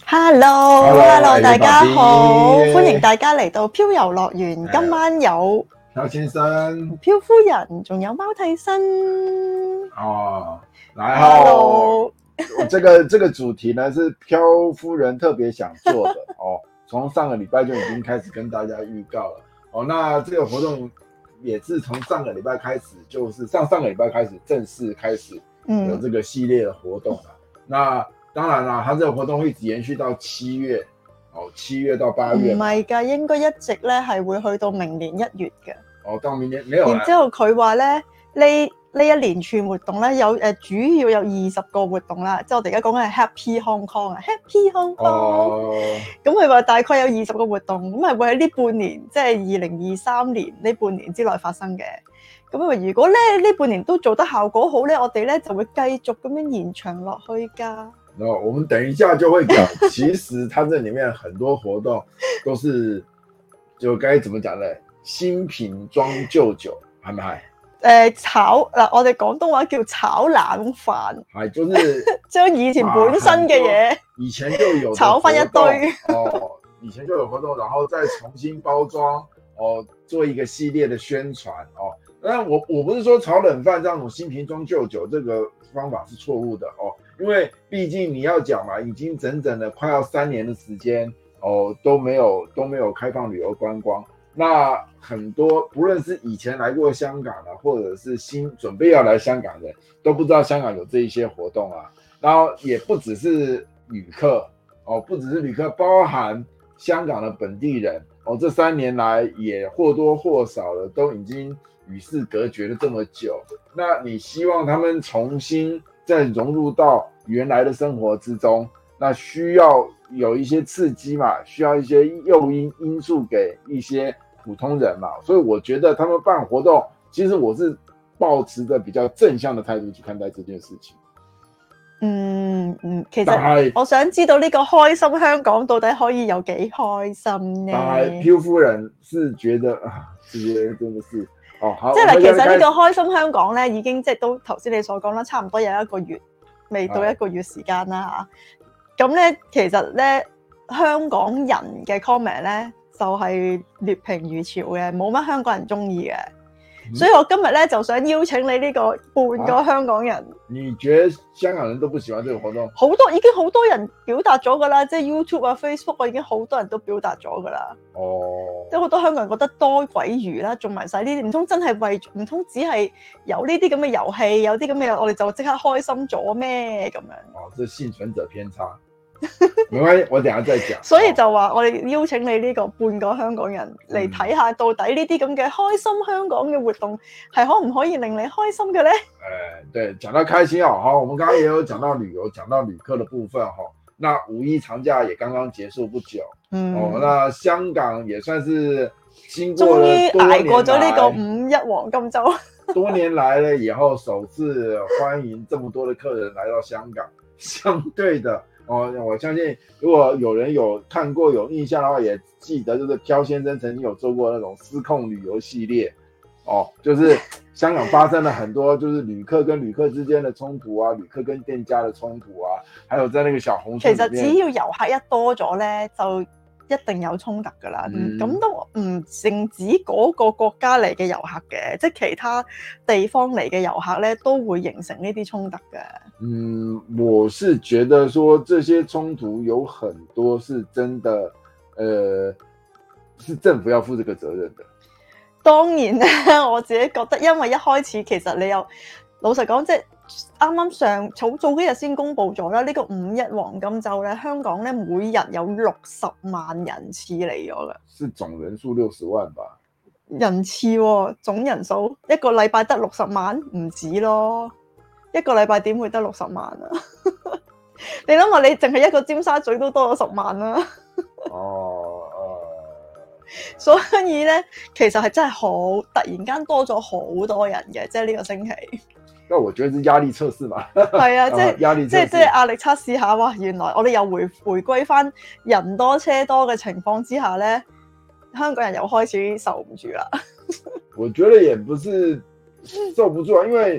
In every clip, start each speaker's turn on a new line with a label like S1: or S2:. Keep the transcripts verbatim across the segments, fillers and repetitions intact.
S1: Hello，Hello， 大家好，歡迎大家嚟到漂遊樂園。今晚有
S2: 漂先生、
S1: 漂夫人，仲有貓替身。
S2: 哦，然後這個這個主題呢是漂夫人特別想做的哦，從上個禮拜就已經開始跟大家預告了哦。那這個活動也是從上個禮拜開始，就是上上個禮拜開始正式開始有這個系列的活動了。嗯、那當然啦，它這個活動會一直延續到七月，哦，七月到八月。唔係㗎，
S1: 應該一直咧係會去到明年一月嘅。
S2: 哦，到明年沒有。
S1: 然之後佢話咧，呢呢一連串活動咧有誒、呃、主要有二十個活動啦，即係我哋而家講緊係 Happy Hong Kong 啊 ，Happy Hong Kong。哦。咁佢話大概有二十個活動，咁係會喺呢半年，即係二零二三年呢半年之內發生嘅。咁啊，如果咧呢半年都做得效果好咧，我哋咧就會繼續咁樣延長落去㗎。
S2: 那我們等一下就會講，其實它這裡面很多活動都是就該怎麼講呢？新瓶裝舊酒，係咪係？誒、
S1: 呃，炒嗱，我哋廣東話叫炒冷飯，
S2: 係就是
S1: 將以前本身嘅嘢、啊，
S2: 以前就有
S1: 炒翻一堆
S2: 哦，以前就有活動，然後再重新包裝哦，做一個系列的宣傳哦。但我我不是說炒冷飯這種新瓶裝舊酒這個方法是錯誤的哦。因為畢竟你要講嘛，已經整整的快要三年的時間哦，都沒有都沒有開放旅遊觀光。那很多不論是以前來過香港的，或者是新準備要來香港的，都不知道香港有這一些活動啊。然後也不只是旅客哦，不只是旅客，包含香港的本地人哦，這三年來也或多或少的都已經與世隔絕了這麼久。那你希望他們重新再融入到原來的生活之中，那需要有一些刺激嘛，需要一些誘因因素給一些普通人嘛，所以我覺得他們辦活動，其實我是抱持着比較正向的態度去看待這件事情。
S1: 嗯嗯，其實我想知道呢個開心香港到底可以有幾開心呢？
S2: 但係漂夫人是覺得啊，這些真的是。哦、好
S1: 即係其實呢個開心香港咧，已經即係都頭先你所講啦，差唔多有一個月，未到一個月時間啦嚇。咁咧，其實咧香港人嘅 comment 咧就係劣評如潮嘅，冇乜香港人中意嘅。所以我今日咧就想邀請你呢個半個香港人、啊。你
S2: 覺得香港人都不喜歡這個活動？
S1: 好多已經好多人表達咗㗎啦，即係 YouTube 啊、Facebook 啊，已經好多人都表達咗㗎啦。哦，即係好多香港人覺得多鬼餘啦，做埋晒呢啲，唔通真係為唔通只係有呢啲咁嘅遊戲，有啲咁嘅，我哋就即刻開心咗咩咁樣？
S2: 哦，這幸存者偏差。沒關係，我等下再講。
S1: 所以就話我哋邀請你呢個半個香港人嚟睇下，到底呢啲咁嘅開心香港嘅活動係可唔可以令你開心嘅咧？誒、
S2: 呃，對，講到開心啊，哈，我們剛剛也有講到旅遊，講到旅客的部分哈。那五一長假也剛剛結束不久，嗯，哦，那香港也算是經過了，終於捱過咗呢個五一黃金週，多年來了以後，首次歡迎這麼多的客人來到香港，相對的。哦，我相信如果有人有看過有印象的話，也記得就是漂先生曾經有做過那種失控旅遊系列，哦，就是香港發生了很多就是旅客跟旅客之間的衝突啊，旅客跟店家的衝突啊，還有在那個小紅書，其實只要遊客一多咗咧，就一定有衝突噶啦，咁、嗯、都唔淨止嗰個國家嚟嘅遊客嘅，即係其他地方嚟嘅遊客咧，都會形成呢啲衝突嘅。嗯，我是覺得說這些衝突有很多是真的，呃，是政府要負這個責任的。當然啦，我自己覺得，因為一開始其實你又老實講，即係啱啱上早早幾日先公布咗啦，呢個五一黃金週咧，香港咧每日有六十萬人次嚟咗嘅，是總人數六十萬吧？人次喎、哦，總人數一個禮拜得六十萬，唔止咯。一個禮拜點會得六十萬啊？你諗下，你淨係一個尖沙咀都多咗十萬啦。哦，誒，所以咧，其實係真係好突然間多咗好多人嘅，即係呢個星期。但我覺得係壓力測試嘛。係啊，即係壓力，即係即係壓力測試下。哇，原來我哋又回回歸翻人多車多嘅情況之下咧，香港人又開始受唔住啦。我覺得也不是受不住啊，因為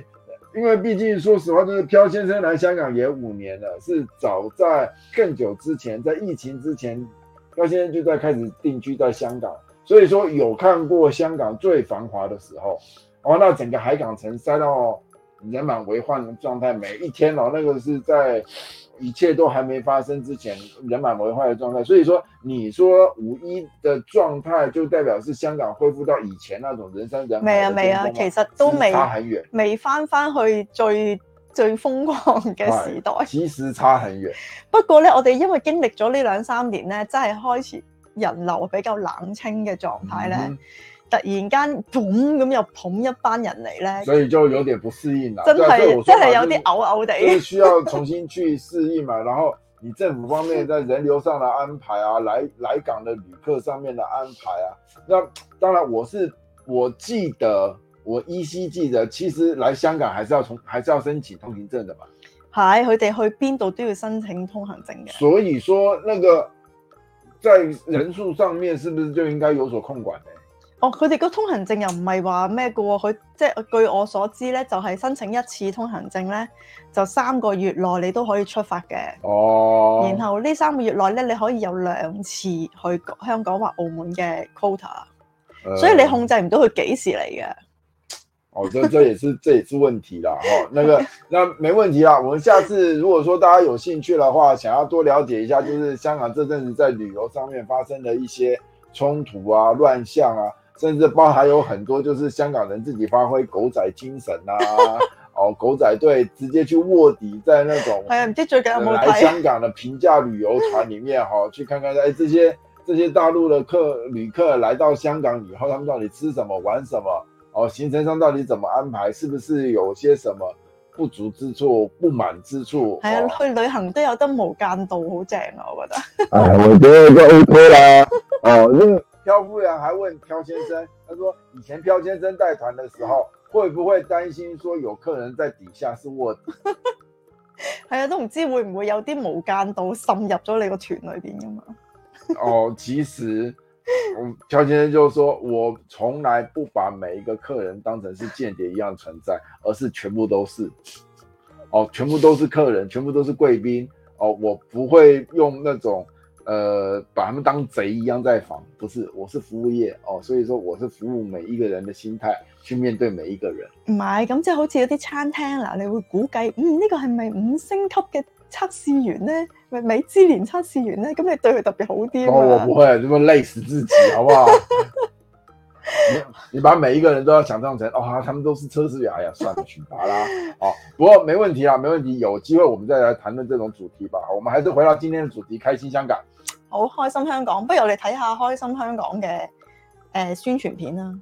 S2: 因为毕竟说实话，就是漂先生来香港也五年了，是早在更久之前，在疫情之前，漂先生就在开始定居在香港，所以说有看过香港最繁华的时候，哦，那整个海港城塞到人满为患的状态，每一天哦，那个是在一切都还没发生之前人满为患的状态，所以说你说五一的状态就代表是香港恢复到以前那种人山人海的
S1: 未啊未啊，其實都未
S2: 差很遠，
S1: 未翻翻去最最瘋狂嘅時代，
S2: 其實差很遠。
S1: 不過咧，我哋因為經歷咗呢兩三年咧，真係開始人流比較冷清嘅狀態咧。嗯，突然間捧咁又捧一班人嚟咧，
S2: 所以就有點不適應啦。
S1: 真係真係有啲嘔嘔地，
S2: 就是需要重新去適應嘛。然後你政府方面在人流上的安排啊，來來港的旅客上面的安排啊，那當然我是我記得我依稀記得，其實來香港還是要從還是要申請通行證的嘛。
S1: 係，佢哋去邊度都要申請通行證嘅。
S2: 所以說那個在人數上面是不是就應該有所控管呢？
S1: 哦，佢哋個通行證又唔係話咩嘅喎，佢即係據我所知咧，就係、是、申請一次通行證咧，就三個月內你都可以出發嘅。哦。然後呢三個月內咧，你可以有兩次去香港或澳門嘅 quota，、呃、所以你控制唔到佢幾時嚟嘅。
S2: 哦，這這也是這也是問題啦，哦，那個那沒問題啦，我們下次如果說大家有興趣的話，想要多了解一下，就是香港這陣子在旅遊上面發生的一些衝突啊、亂象啊。甚至包含有很多就是香港人自己發揮狗仔精神啊，哦，狗仔隊直接去臥底在那種係啊，唔知最近有冇睇來香港的平價旅遊團裡面哈、哦，去看看哎這些這些大陸的客旅客來到香港以後，他們到底吃什麼玩什麼哦，行程上到底怎麼安排，是不是有些什麼不足之處、不滿之處？係啊，
S1: 去旅行都有得無間道，好正啊，我覺得。
S2: 哎，我覺得就 OK 啦，哦，因為漂夫人還問漂先生，他說以前漂先生帶團的時候，會不會擔心說有客人在底下是臥底？
S1: 係啊，都唔知會唔會有啲無間道滲入咗你個團裏邊噶嘛？
S2: 哦，其實漂先生就說，我從來不把每一個客人當成是間諜一樣存在，而是全部都是，哦，全部都是客人，全部都是貴賓，哦，我不會用那種。呃，把他們當賊一樣在防，不是，我是服務業哦，所以說我是服務每一個人的心態去面對每一個人。
S1: 唔係，咁即係好似有啲餐廳啦，你會估計，嗯，呢、這個係咪五星級嘅測試員咧？咪米芝蓮測試員咧？咁你對佢特別好啲啊嘛。
S2: 哦，我不會，這麼累死自己，好不好？你你把每一個人都要想象成，哦，他們都是測試員，哎呀，算了，選拔啦。哦，不過沒問題啊，沒問題，有機會我們再來談論這種主題吧。我們還是回到今天的主題，開心香港。
S1: 好，開心香港，不如我哋睇下開心香港嘅誒、呃、宣傳片啦。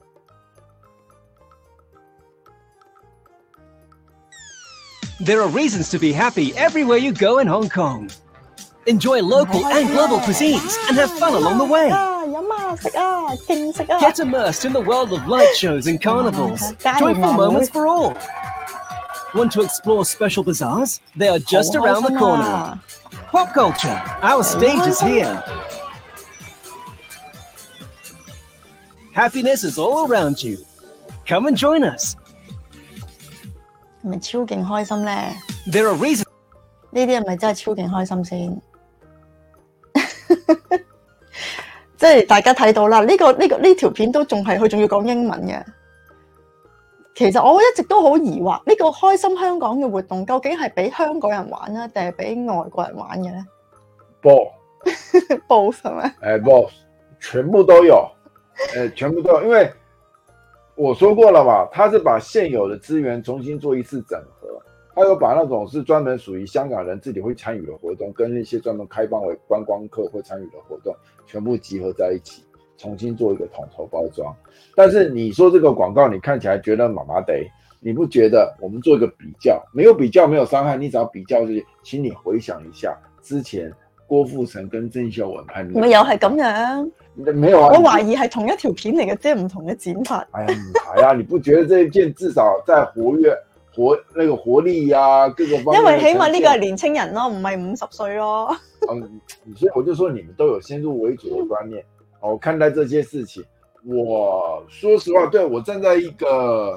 S3: There are reasons to be happy everywhere you go in Hong Kong. Enjoy local and global cuisines and have fun along the way. Get immersed in the world of light shows and carnivals. Joyful moments for all. Want to explore special bazaars? They are just around the corner. Pop culture, our stage is here. Happiness is all around you. Come and join us.
S1: 係咪超勁開心咧？
S3: There are reasons.
S1: 呢啲係咪真係超勁開心先？即係大家睇到啦，呢、這個呢、這個呢條片都仲係佢仲要講英文嘅。其實我一直都好疑惑，呢、這個開心香港嘅活動究竟係俾香港人玩啊，定係俾外國人玩嘅咧？Both，both 係咪？
S2: 誒 ，both，全部都有，誒，全部都有，因為我說過了嘛，他是把現有的資源重新做一次整合。他有把那種是專門屬於香港人自己會參與的活動，跟那些專門開放為觀光客會參與的活動，全部集合在一起，重新做一個統籌包裝。但是你說這個廣告，你看起來覺得麻麻地，你不覺得？我們做一個比較，沒有比較沒有傷害，你只要比較這些，請你回想一下之前郭富城跟鄭秀文拍，
S1: 咪又係咁樣？
S2: 沒有啊，
S1: 我懷疑係同一條片嚟嘅，即係唔同嘅剪法。
S2: 哎呀，唔係啊，你不覺得這一件至少在活躍？活那個活力呀、啊，各個方面，
S1: 因為起碼呢個係年青人咯，唔係五十歲咯。
S2: 嗯，所以我就說你們都有先入為主的觀念，哦，看待這些事情。我說實話，對我站在一個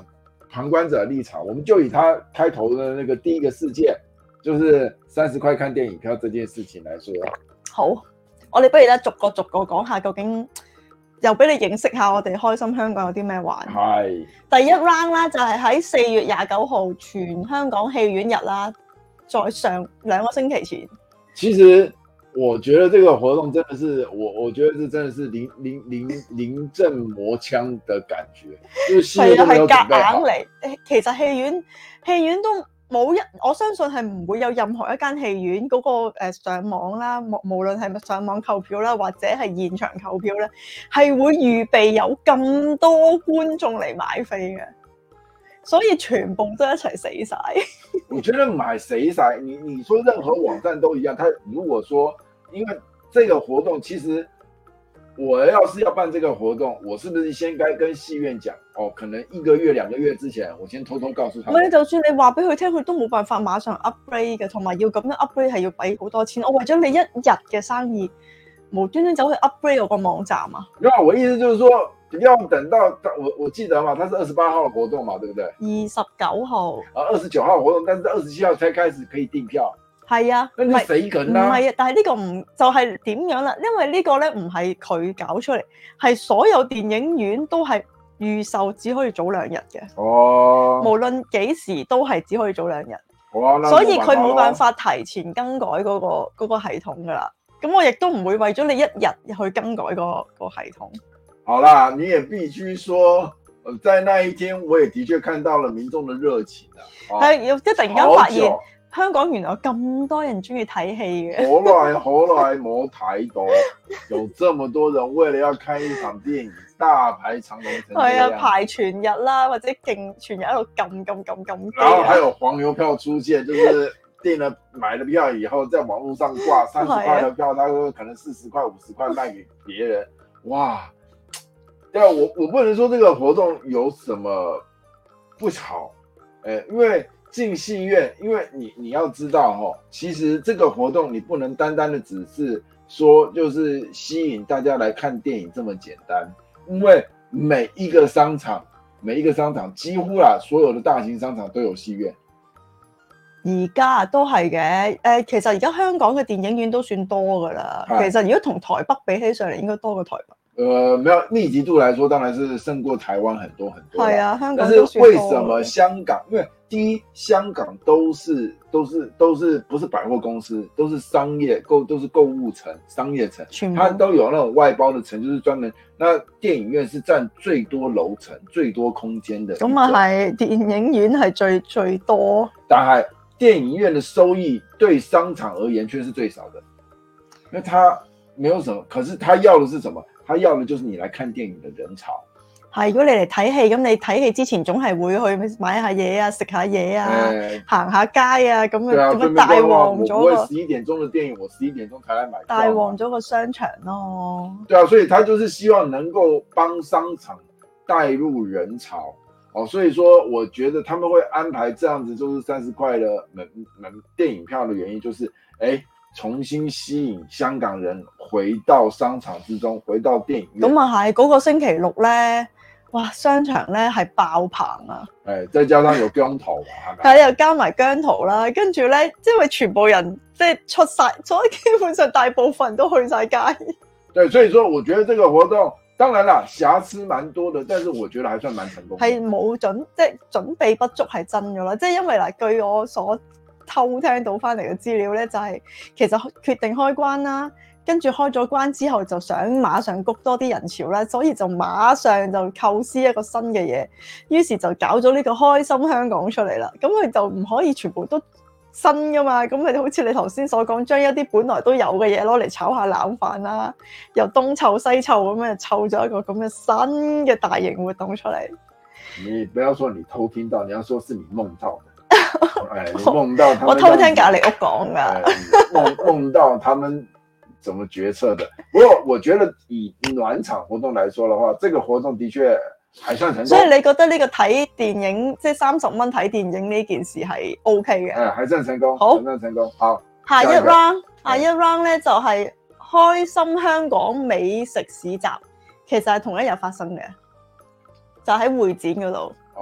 S2: 旁觀者立場，我們就以他開頭的那個第一個事件，就是三十塊看電影票這件事情來說。
S1: 好，我哋不如咧逐個逐個講下，究竟又俾你認識下我哋開心香港有啲咩玩。
S2: 係
S1: 第一 round 啦，就係喺四月廿九號全香港戲院日啦，在上兩個星期前。
S2: 其實我覺得這個活動真的是我，我覺得這真的是臨臨臨臨陣磨槍的感覺，就是戲院都沒有準備好。
S1: 嚟，其實戲院戲院都冇一，我相信係唔會有任何一間戲院嗰、那個誒、呃、上網啦，無無論係咪上網購票啦，或者係現場購票咧，係會預備有咁多觀眾嚟買飛嘅，所以全部都一齊死晒。
S2: 我覺得買死晒，你你說任何網站都一樣。他如果說，因為這個活動，其實我要是要辦這個活動，我是不是先該跟戲院講？哦，可能一個月、兩個月之前，我先偷偷告訴他們。
S1: 唔係，就算你話俾佢聽，佢都冇辦法馬上 upgrade 嘅，同埋要咁樣 upgrade 係要俾好多錢。我為咗你一日嘅生意，無端端走去 upgrade 我個網站啊！
S2: 那我意思就是說，不要等到我我記得嘛，它是二十八號的活動嘛，對不對？
S1: 二十九號
S2: 啊，二十九號活動，但是二十七號才開始可以訂票。
S1: 係啊，
S2: 那你死梗啦！
S1: 唔係啊，但係呢個唔就係點樣啦？因為呢個咧唔係佢搞出嚟，係所有電影院都係預售只可以早兩日嘅。哦，無論幾時都係只可以早兩日。哦，所以佢冇辦法提前更改嗰、嗰個嗰個系統噶啦。咁我亦都唔會為咗你一日去更改、嗰個、嗰個系統。好
S2: 啦，你也必須說，在那一天我也的確看到了民眾的熱情啊！係，
S1: 又即係突然間發現。香港原來有咁多人中意睇戲嘅，
S2: 好耐好耐冇睇到有這麼多人為了要看一場電影大排長龍。
S1: 係啊，排全日啦，或者勁全日喺度撳撳撳撳。
S2: 然後還有黃牛票出現，就是訂了買了票以後，在網絡上掛三十塊的票，他說可能四十塊五十塊賣給別人。哇！對啊，我我不能說這個活動有什麼不好，誒，因為。進戲院，因為你你要知道哦，其實這個活動你不能單單的只是說就是吸引大家來看電影這麼簡單，因為每一個商場每一個商場幾乎啊所有的大型商場都有戲院。
S1: 而家都係嘅，誒，其實而家香港嘅電影院都算多噶啦。其實如果同台北比起上嚟，應該多過台北。呃，
S2: 沒有密集度來說，當然是勝過台灣很多很多。
S1: 係啊，香港
S2: 都算多。但是為什麼香港？因為第一，香港都是都是都是不是百貨公司，都是商業購，都是購物城、商業城，它都有那種外包的城，就是專門。那電影院是佔最多樓層、最多空間的。
S1: 咁啊係，電影院係最最多。
S2: 但係電影院的收益對商場而言卻是最少的，因為它沒有什麼，可是它要的是什麼？他要的就是你來看電影的人潮。係，如果你嚟睇戲，咁你睇戲之前總係會去買下嘢啊，食下嘢啊，欸、行下街啊，咁樣咁樣大旺咗。我會十一點鐘的電影，我十一點鐘才來買票。
S1: 大旺咗個商場咯。
S2: 對啊，所以他就是希望能夠幫商場帶入人潮。哦，所以說我覺得他們會安排這樣子，就是三十塊的門門電影票的原因，就是誒。欸重新吸引香港人回到商場之中，回到電影院。
S1: 咁啊係，嗰個星期六咧，哇，商場咧係爆棚啊！
S2: 誒，再加上有姜濤啊，係咪？
S1: 係又加埋姜濤啦，跟住咧，因為全部人即係出晒，所以基本上大部分人都去晒街。
S2: 對，所以說我覺得這個活動，當然啦，瑕疵蠻多的，但是我覺得還算蠻成功。
S1: 係冇準，即係準備不足係真㗎啦，即係因為嗱，據我所偷聽到翻嚟嘅資料咧，就係、是、其實決定開關啦，跟住開咗關之後就想馬上谷多啲人潮啦，所以就馬上就構思一個新嘅嘢，於是就搞咗呢個開心香港出嚟啦。咁佢就唔可以全部都新噶嘛，咁佢好似你頭先所講，將一啲本來都有嘅嘢攞嚟炒下冷飯啦，又東湊西湊咁樣湊咗一個咁嘅新嘅大型活動出嚟。
S2: 你不要說你偷聽到，你要說是你夢到的。哎，你夢到他們，
S1: 我偷聽隔籬屋講噶，
S2: 夢夢到他們怎麼決策的。不過我覺得以暖場活動來說的話，這個活動的確還算成功。所以
S1: 你覺得呢個睇電影即係三十蚊睇電影呢件事係 OK 嘅？
S2: 誒，還算成功，
S1: 好，
S2: 還算成功。好，
S1: 下一 round，下一 round 咧就係開心香港美食市集，其實係同一日發生嘅，就喺會展嗰度。
S2: 哦。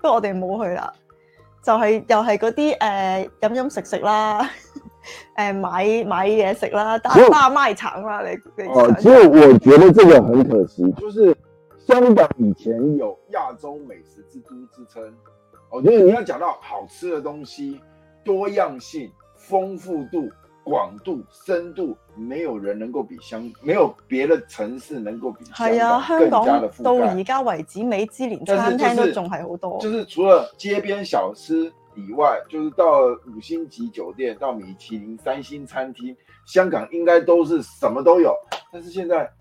S1: 不過我哋冇去啦，就係、是、又係嗰啲誒飲飲食食啦，誒買買嘢食啦，大大賣場啦，你你
S2: 哦，其實我覺得這個很可惜，就是香港以前有亞洲美食之都之稱，我覺得你要講到好吃的東西，多樣性、豐富度、廣度、深度，沒有人能夠比香，沒有別的城市能夠比香港更加的覆蓋。
S1: 到而家為止，米芝蓮餐廳都仲係好多。
S2: 就是除了街邊小吃以外，就是到五星級酒店、到米其林三星餐廳，香港應該都是什麼都有。但是現在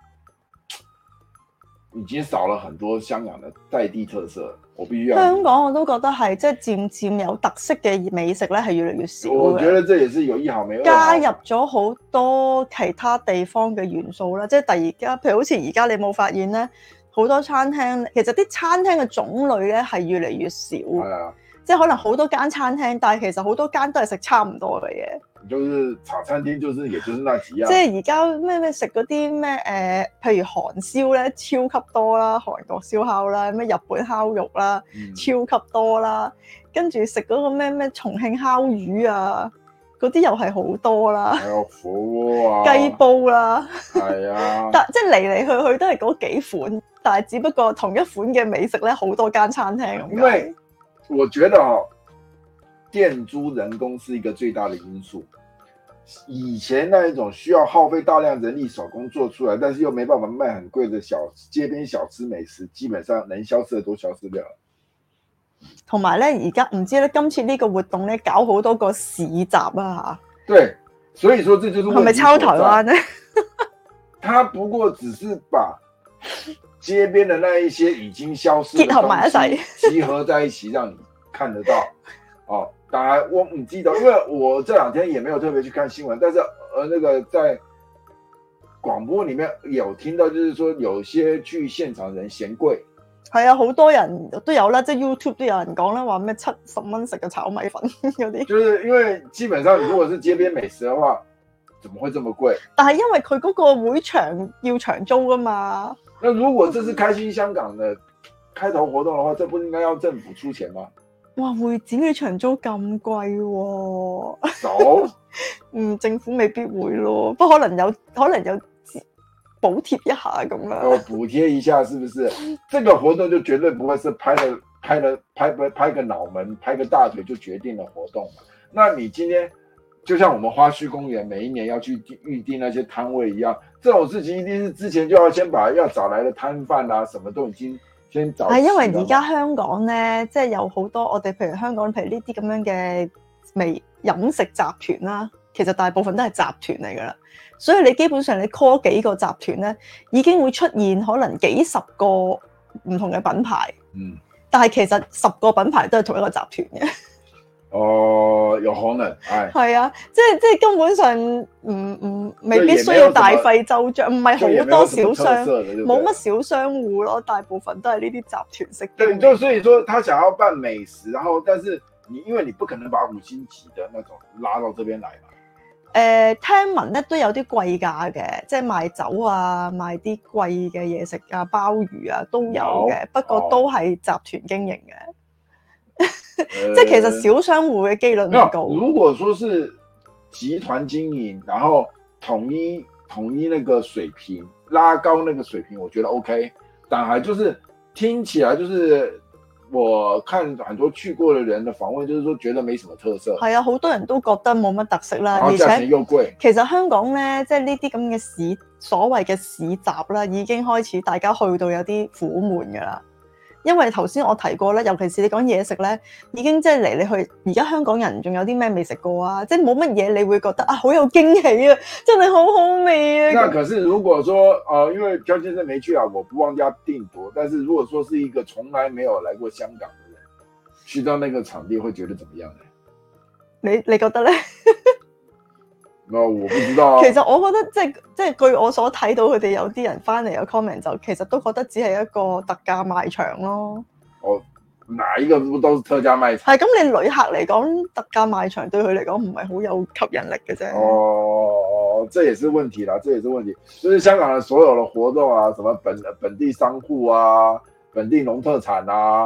S2: 已經少了很多香港的在地特色。我必須要香
S1: 港我都覺得係即係漸漸有特色嘅美食咧，係越嚟越少。
S2: 我覺得這也是有一好沒二好。
S1: 加入咗好多其他地方嘅元素啦，即係第而家，譬如好似而家你冇發現咧，好多餐廳其實啲餐廳嘅種類咧係越嚟越少。係啊，即係可能好多間餐廳，但係其實好多間都係食差唔多嘅嘢。
S2: 就是茶餐廳，就是也就是那幾樣。
S1: 即係而家咩咩食嗰啲咩誒，譬如韓燒咧，超級多啦，韓國燒烤啦，咩日本烤肉啦，嗯、超級多啦。跟住食嗰個咩咩重慶烤魚啊，嗰啲又係好多啦。
S2: 還有火鍋啊，
S1: 雞煲啦，
S2: 係啊。
S1: 但即係嚟嚟去去都係嗰幾款，但係只不過同一款嘅美食咧，好多間餐廳咁。
S2: 因為我覺得哦。店租人工是一個最大的因素。以前那一種需要耗費大量人力手工做出來，但是又沒辦法賣很貴的小街邊小吃美食，基本上能消失的都消失掉。
S1: 同埋咧，而家唔知咧，今次呢個活動咧，搞好多個市集啊吓。
S2: 對，所以說這就是
S1: 係咪抄台灣呢？
S2: 他不過只是把街邊的那一些已經消失的
S1: 結合埋一齊，
S2: 集合在一起，讓你看得到。哦，當然我唔記得，因為我這兩天也沒有特別去看新聞，但是呃，那個在廣播裡面有聽到，就是說有些去現場人嫌貴。
S1: 係啊，好多人都有啦，即係 YouTube 都有人講啦，話咩七十蚊食嘅炒米粉嗰啲。
S2: 就是因為基本上如果是街邊美食嘅話，怎麼會這麼貴？
S1: 但係因為佢嗰個會場要長租噶嘛。
S2: 那如果這是開心香港的開頭活動嘅話，這不應該要政府出錢嗎？
S1: 哇！會展嘅長租咁貴喎，
S2: 少，
S1: 嗯，政府未必會咯，不過可能有可能有補貼一下咁啦。
S2: 哦，補貼一下是不是？這個活動就絕對不會是拍了拍了拍拍拍個腦門、拍個大腿就決定了活動。那你今天就像我們花墟公園每一年要去預定那些攤位一樣，這種事情一定是之前就要先把要找來的攤販啊，什麼都已經。係因為而家香港咧，即係有好多我哋，譬如香港，譬如呢啲咁樣嘅微飲食集團啦，其實大部分都係集團嚟噶啦，所以你基本上你 call 幾個集團咧，已經會出現可能幾十個唔同嘅品牌，嗯，但係其實十個品牌都係同一個集團嘅。哦，有可能係係啊，即係即係根本上唔唔未必需要大費周章，唔係好多小商，冇乜小商戶咯，大部分都係呢啲集團式。對，就所以說，他想要辦美食，然後但是你因為你不可能把五星級的那種拉到這邊來嘛。誒、呃，聽聞咧都有啲貴價嘅，即係賣酒啊，賣啲貴嘅嘢食啊，鮑魚啊都有嘅，不過都係集團經營嘅。即係其實小商戶嘅機率唔高。如果說是集團經營，然後統一統一那個水平，拉高那個水平，我覺得 OK。但係就是聽起來就是我看很多去過的人的訪問，就是說覺得沒什麼特色。係啊，好多人都覺得冇乜特色啦，而且價錢又貴。其實香港咧，即係呢啲咁嘅市，所謂嘅市集啦，已經開始大家去到有啲苦悶噶啦。因為頭先我提過咧，尤其是你講嘢食咧，已經即係嚟嚟去，而家香港人仲有啲咩未食過啊？即係冇乜嘢你會覺得啊好有驚喜啊，真係好好味啊！那可是如果說，呃，因為漂先生沒去啊，我不妄加定奪。但是如果說是一個從來沒有來過香港的人，去到那個場地會覺得怎麼樣呢？你你覺得咧？那我不知道啊。其實我覺得即係即係據我所睇到，佢哋有啲人翻嚟有 comment 就其實都覺得只係一個特價賣場咯。哦，哪一個不都是特價賣場？係咁，你旅客嚟講，特價賣場對佢嚟講唔係好有吸引力嘅啫。哦，這也是問題啦，這也是問題。就是香港的所有的活動啊，什麼本本地商戶啊，本地農特產啊。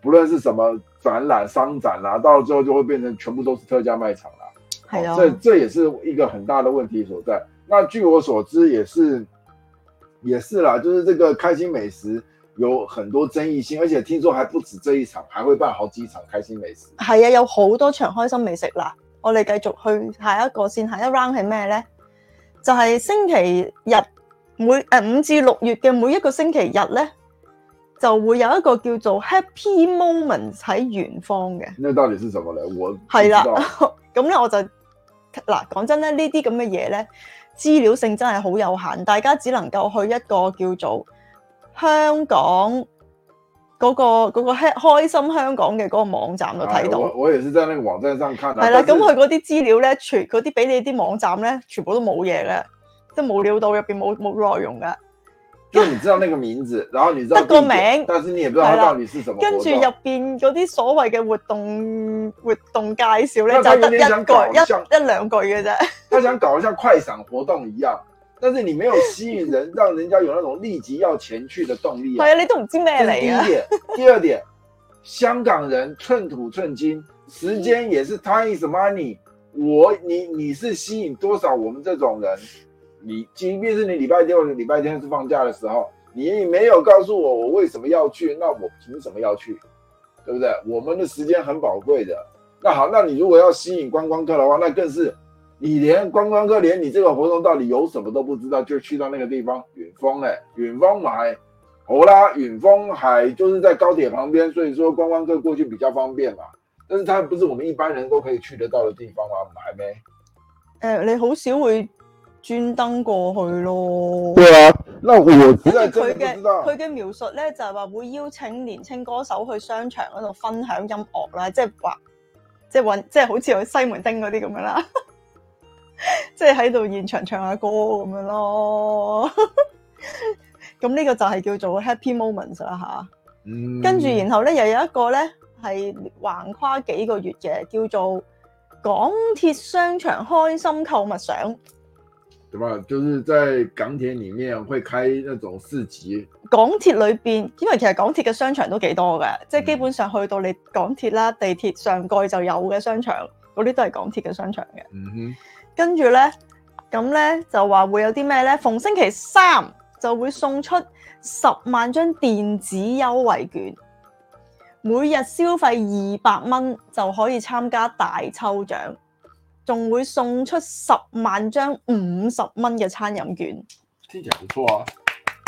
S2: 不論是什麼展覽、商展啦、啊，到了之後就會變成全部都是特價賣場啦。
S1: 係啊，
S2: 這這也是一個很大的問題所在。那據我所知，也是也是啦，就是這個開心美食有很多爭議性，而且聽說還不止這一場，還會辦好幾場開心美食。
S1: 係啊，有好多場開心美食啦。我哋繼續去下一個先，下一 round 係咩咧？就係、是、星期日每誒五、呃、至六月嘅每一個星期日咧，就會有一個叫做 Happy Moments 喺圓方嘅。
S2: 那到底是什麼咧？我
S1: 係啦，咁咧我就嗱講真咧，呢啲咁嘅嘢咧，資料性真係好有限，大家只能夠去一個叫做香港嗰、那個嗰、那個開心香港嘅嗰個網站度睇到。
S2: 我我也是在那個網站上看。
S1: 係啦，咁佢嗰啲資料咧，全嗰啲俾你啲網站咧，全部都冇嘢嘅，即係冇料到入邊冇冇內容嘅。
S2: 就你知道那個名字，然後你知道
S1: 得個名，
S2: 但是你也不知道它到底是什麼活動。
S1: 跟住入邊嗰啲所謂嘅活動活動介紹咧，就得一句一一兩句嘅啫。
S2: 他想搞得像快閃活動一樣，但是你沒有吸引人，讓人家有那種立即要前去的動力。
S1: 係啊，你都唔知咩嚟啊。
S2: 第一點，第二點，香港人寸土寸金，時間也是 time is money。我你你是吸引多少我們這種人？你即便是你禮拜六、禮拜天是放假的時候，你沒有告訴我我為什麼要去，那我憑什麼要去？對不對？我們的時間很寶貴的。那好，那你如果要吸引觀光客的話，那更是你連觀光客連你這個活動到底有什麼都不知道，就去到那個地方遠豐誒，遠豐買好啦，遠豐海就是在高鐵旁邊，所以說觀光客過去比較方便嘛。但是它不是我們一般人都可以去得到的地方嗎？我們還沒。誒、
S1: 呃，你好少會專登過去咯。
S2: 對啊，那我實在真係唔知道。
S1: 佢嘅描述咧就係、是、話會邀請年輕歌手去商場嗰度分享音樂啦，即係話即係搵即係好似去西門町嗰啲咁樣啦，即係喺度現場唱下歌咁樣咯。咁呢個就係叫做 Happy Moments 啦吓。嗯。跟住然後咧又有一個咧係橫跨幾個月嘅，叫做港鐵商場開心購物賞。
S2: 對吧？就是在港鐵裏面會開那種市集。
S1: 港鐵裏邊，因為其實港鐵嘅商場都幾多嘅，即係基本上去到你港鐵啦、地鐵上蓋就有嘅商場，嗰啲都係港鐵嘅商場嘅。嗯哼。跟住咧，咁咧就話會有啲咩咧？逢星期三就會送出十萬張電子優惠券，每日消費二百蚊就可以參加大抽獎。仲會送出十萬張五十蚊嘅餐飲券，
S2: 聽起來不錯啊！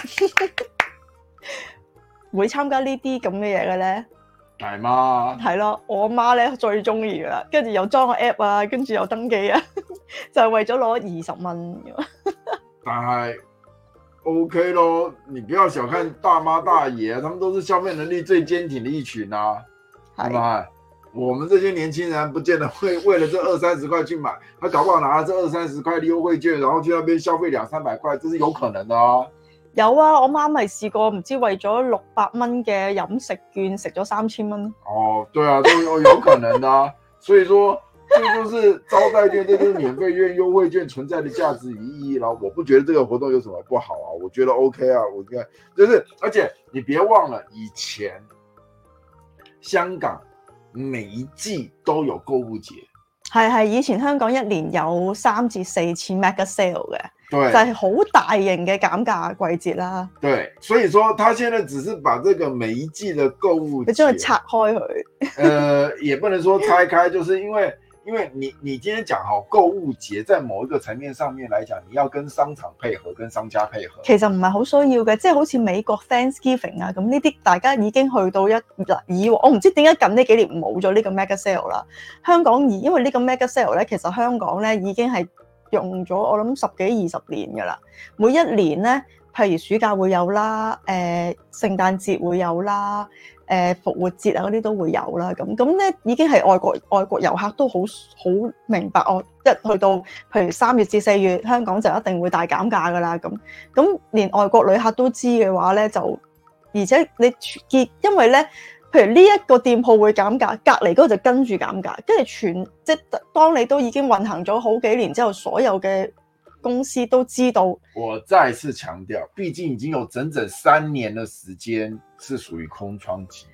S1: 會參加呢啲咁嘅嘢嘅咧，
S2: 係嘛？
S1: 係咯，我阿媽咧最中意噶啦，跟住又裝個 app 啊，跟住又登記啊，就係為咗攞二十蚊。
S2: 但係 OK 咯，你不要小看大媽大爺，他們都是消費能力最堅挺的一群啊，係咪？我們這些年輕人不見得會為了這二三十塊去買，他搞不好拿了這二三十塊的優惠券，然後去那邊消費兩三百塊，這是有可能的啊。
S1: 有啊，我媽咪試過唔知為咗六百蚊嘅飲食券食咗三千蚊。
S2: 哦，對啊，都有有可能的啊。所以說，這就是招待券，這就是免費券、優惠券存在的價值與意義啦。我不覺得這個活動有什麼不好啊，我覺得 OK 啊。我覺得就是，而且你別忘了以前香港。每一季都有購物節，
S1: 係係以前香港一年有三至四次 mega sale 嘅，
S2: 對，
S1: 就係好大型嘅減價季節啦。
S2: 對，所以說他現在只是把這個每一季的購物節，
S1: 你將佢拆開佢，
S2: 呃，也不能說拆開，就是因為。因為你你今天講好購物節，在某一個層面上面來講，你要跟商場配合，跟商家配合，
S1: 其實唔係好需要嘅，即係好似美國 Thanksgiving 啊，咁呢啲大家已經去到一嗱以往，我唔知點解近呢幾年冇咗呢個 mega sale 啦。香港而因為呢個 mega sale 咧，其實香港咧已經係用咗我諗十幾二十年噶啦，每一年咧，譬如暑假會有啦，誒、呃、聖誕節會有啦。誒、呃、復活節啊嗰啲都會有啦，咁咁咧已經係外國外國遊客都好好明白，我一去到譬如三月至四月，香港就一定會大減價噶啦，咁咁連外國旅客都知嘅話咧，就而且你結因為咧，譬如呢一個店鋪會減價，隔離嗰個就跟住減價，跟住全即係當你都已經運行咗好幾年之後，所有嘅公司都知道。
S2: 我再次強調，畢竟已經有整整三年的時間是屬於空窗期。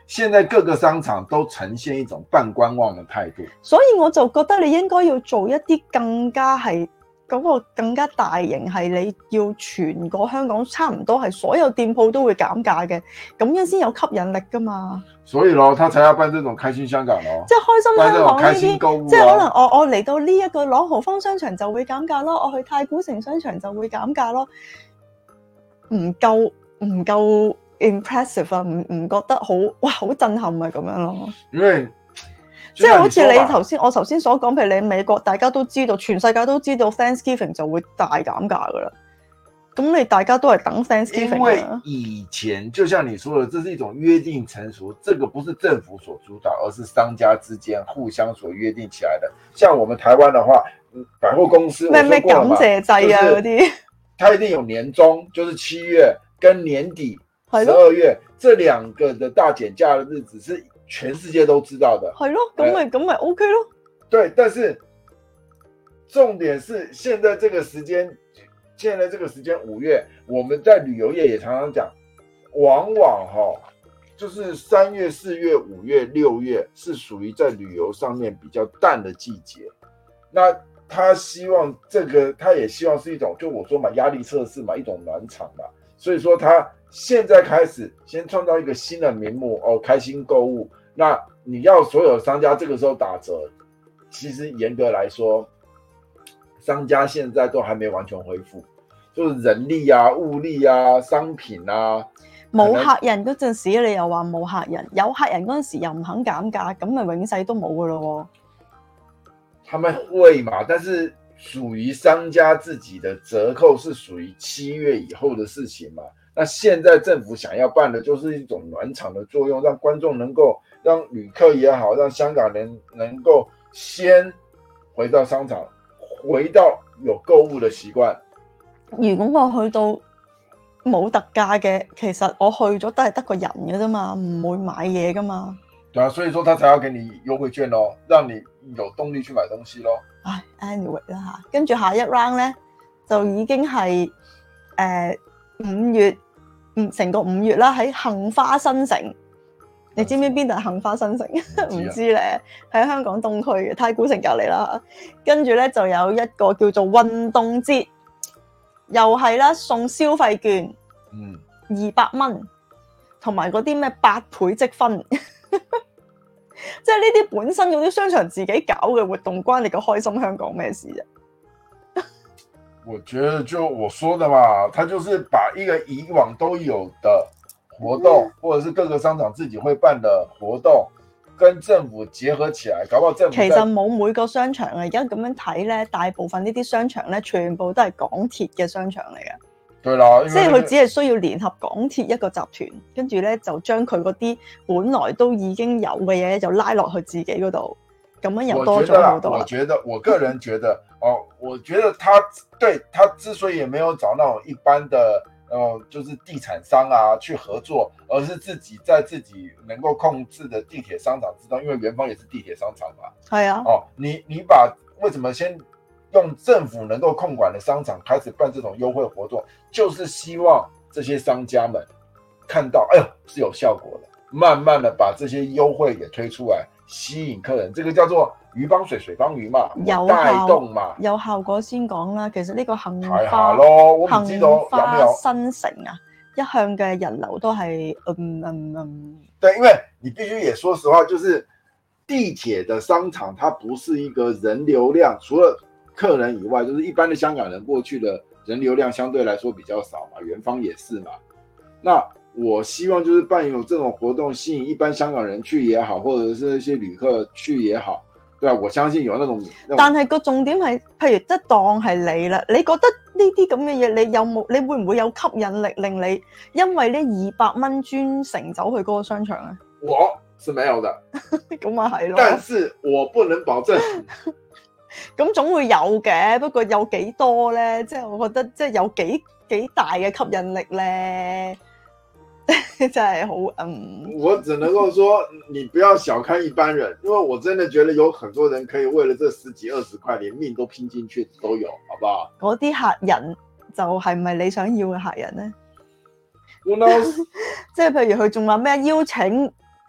S2: 現在各個商場都呈現一種半觀望的態度，
S1: 所以我就覺得你應該要做一啲更加係嗰個更加大型，係你要全個香港差唔多係所有店鋪都會減價嘅，咁樣先有吸引力噶嘛。所
S2: 以咯，他才要辦這種開心香港咯，
S1: 即係開心香港呢啲，即係可能我我嚟到呢一個朗豪坊商場就會減價咯，我去太古城商場就會減價咯，唔夠唔夠 impressive 啊，唔唔覺得好哇好震撼啊咁樣咯。因為即係好似你頭先我頭先所講，譬如你美國大家都知道，全世界都知道 Thanksgiving 就會大減價噶啦。咁你大家都係等 Thanksgiving。因為
S2: 以前就像你說的，這是一種約定成熟，這個不是政府所主導，而是商家之間互相所約定起來的。像我們台灣的話，百貨公司
S1: 咩咩感謝祭啊嗰啲，
S2: 它一定有年終，就是七月跟年底十二月這兩個的大減價的日子是全世界都知道的。
S1: 係咯，咁咪咁咪 OK 咯。
S2: 對，但是重點是現在這個時間。現在這個時間五月，我們在旅遊業也常常講，往往哈，就是三月、四月、五月、六月是屬於在旅遊上面比較淡的季節。那他希望這個，他也希望是一種，就我說嘛，壓力測試嘛，一種暖場嘛。所以說，他現在開始先創造一個新的名目哦，開心購物。那你要所有商家這個時候打折，其實嚴格來說，商家現在都還沒完全恢復，就是人力啊、物力啊、商品啊，
S1: 冇客人嗰陣時，你又話冇客人；有客人嗰陣時又唔肯減價，咁咪永世都冇噶咯。
S2: 他們會嘛？但是屬於商家自己的折扣是屬於七月以後的事情嘛？那現在政府想要辦的，就是一種暖場的作用，讓觀眾能夠，讓旅客也好，讓香港人能夠先回到商場。回到有購物的習慣。
S1: 如果我去到冇特價嘅，其實我去咗都係得個人嘅啫嘛，唔會買嘢噶嘛。
S2: 對啊，所以說他才要給你優惠券咯，讓你有動力去買東西咯。
S1: 唉 ，anyway 啦吓，跟住下一 round 咧就已經係誒五月，唔成個五月啦，喺杏花新城。你知唔知邊度係杏花新城？唔知咧，喺香港東區嘅太古城隔離啦。跟住咧就有一個叫做運動節，又係啦，送消費券，嗯，二百蚊，同埋嗰啲咩八倍積分，即係呢啲本身嗰啲商場自己搞嘅活動，關你個開心香港咩事啫？
S2: 我覺得就我說的嘛，他就是把一個以往都有的活動，或者是各個商場自己會辦的活動，跟政府結合起來，搞不好政府
S1: 其實冇每個商場啊，而家咁樣睇咧，大部分呢啲商場咧，全部都係港鐵嘅商場嚟嘅。
S2: 對啦，
S1: 即係佢只係需要聯合港鐵一個集團，跟住咧就將佢嗰啲本來都已經有嘅嘢就拉落去自己嗰度，咁樣又多咗好多。
S2: 我覺得，我個人覺得，哦，我覺得他對他之所以也沒有找那種一般的。呃，就是地產商啊去合作，而是自己在自己能夠控制的地鐵商場之中，因為元芳也是地鐵商場嘛。
S1: 係啊。
S2: 哦，你你把為什麼先用政府能夠控管的商場開始辦這種優惠活動，就是希望這些商家們看到，哎呦是有效果的，慢慢的把這些優惠也推出來，吸引客人。這個叫做魚幫水，水幫魚嘛，有帶動嘛，
S1: 有效果先講啦。其實呢個杏花杏花新城啊，一向嘅人流都係嗯嗯嗯。
S2: 對，因為你必須也說實話，就是地鐵的商場，它不是一個人流量，除了客人以外，就是一般的香港人過去的人流量相對來說比較少嘛，元芳也是嘛。那我希望就是辦有這種活動，吸引一般香港人去也好，或者是一些旅客去也好。對啊，我相信有那種，那種
S1: 但係個重點係，譬如即係當係你啦，你覺得呢啲咁嘅嘢，你有冇？你會唔會有吸引力令你因為呢二百蚊專程走去嗰個商場咧？
S2: 我是沒有的，
S1: 咁咪係咯。
S2: 但是我不能保證。
S1: 咁總會有嘅，不過有幾多咧？即係我覺得，即係有幾幾大嘅吸引力咧。真係好嗯，
S2: 我只能夠說你不要小看一般人，因為我真的覺得有很多人可以為了這十幾二十塊連命都拼進去都有，好不好？
S1: 嗰啲客人就係唔係你想要嘅客人呢？
S2: Who knows？
S1: 即係譬如佢仲話咩邀請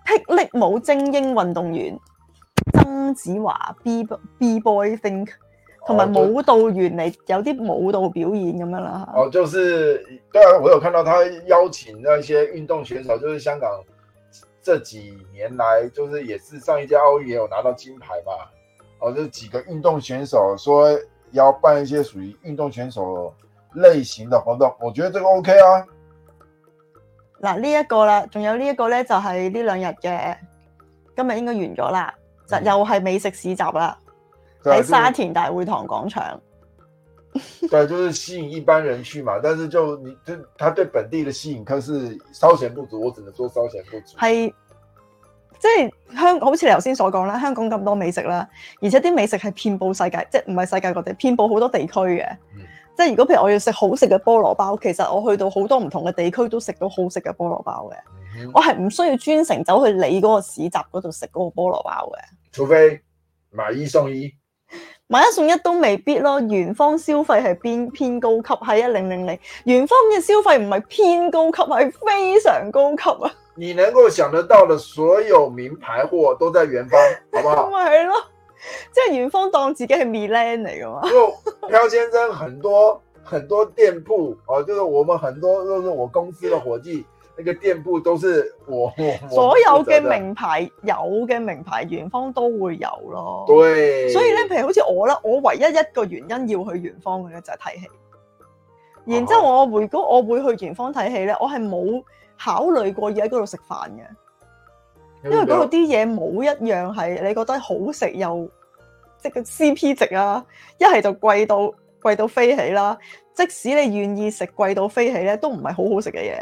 S1: 霹靂舞精英運動員曾子華 B B Boy Think， 同埋舞蹈員嚟有啲舞蹈表演咁樣啦。
S2: 哦，就是對啊，我有看到他邀請那些運動選手，就是香港這幾年來，就是也是上一屆奧運也有拿到金牌嘛。哦，就是幾個運動選手說要辦一些屬於運動選手類型的活動，我覺得這個 OK 啊。
S1: 嗱，呢一個啦，仲有呢一個咧，就係呢兩日嘅，今日應該完咗啦，就又係美食市集啦，喺、嗯、沙田大會堂廣場。
S2: 對，就是吸引一般人去嘛，但是就你，就他對本地的吸引，可是稍顯不足，我只能說稍顯不足。係，
S1: 即係香，好似你頭先所講啦，香港咁多美食啦，而且啲美食係遍佈世界，即係唔係世界各地，遍佈好多地區嘅。嗯，即係如果譬如我要食好食嘅菠蘿包，其實我去到好多唔同嘅地區都食到好食嘅菠蘿包嘅。嗯，我係唔需要專程走去你嗰個市集嗰度食嗰個菠蘿包嘅，
S2: 除非買一送一。
S1: 買一送一都未必咯，元芳消費係偏偏高級，係一零零零，元芳嘅消費唔係偏高級，係非常高級啊！
S2: 你能夠想得到的所有名牌貨都在元芳，好不好？
S1: 咪係咯，即係元芳當自己係 Milan 嚟噶嘛？
S2: 就漂先生很多很多店鋪哦，就是我們很多都是我公司的伙計。那個店鋪都是我，我
S1: 所有嘅名牌有嘅名牌元芳都會有咯。
S2: 對，
S1: 所以咧，譬如好似我啦，我唯一一個原因要去元芳嘅咧就係睇戲。然之後我如果我會去元芳睇戲咧，我係冇考慮過要喺嗰度食飯嘅，因為嗰度啲嘢冇一樣係你覺得好食又即係個 C P 值啊，一係就貴到貴到飛起啦。即使你願意食貴到飛起咧，都唔係好好食嘅嘢。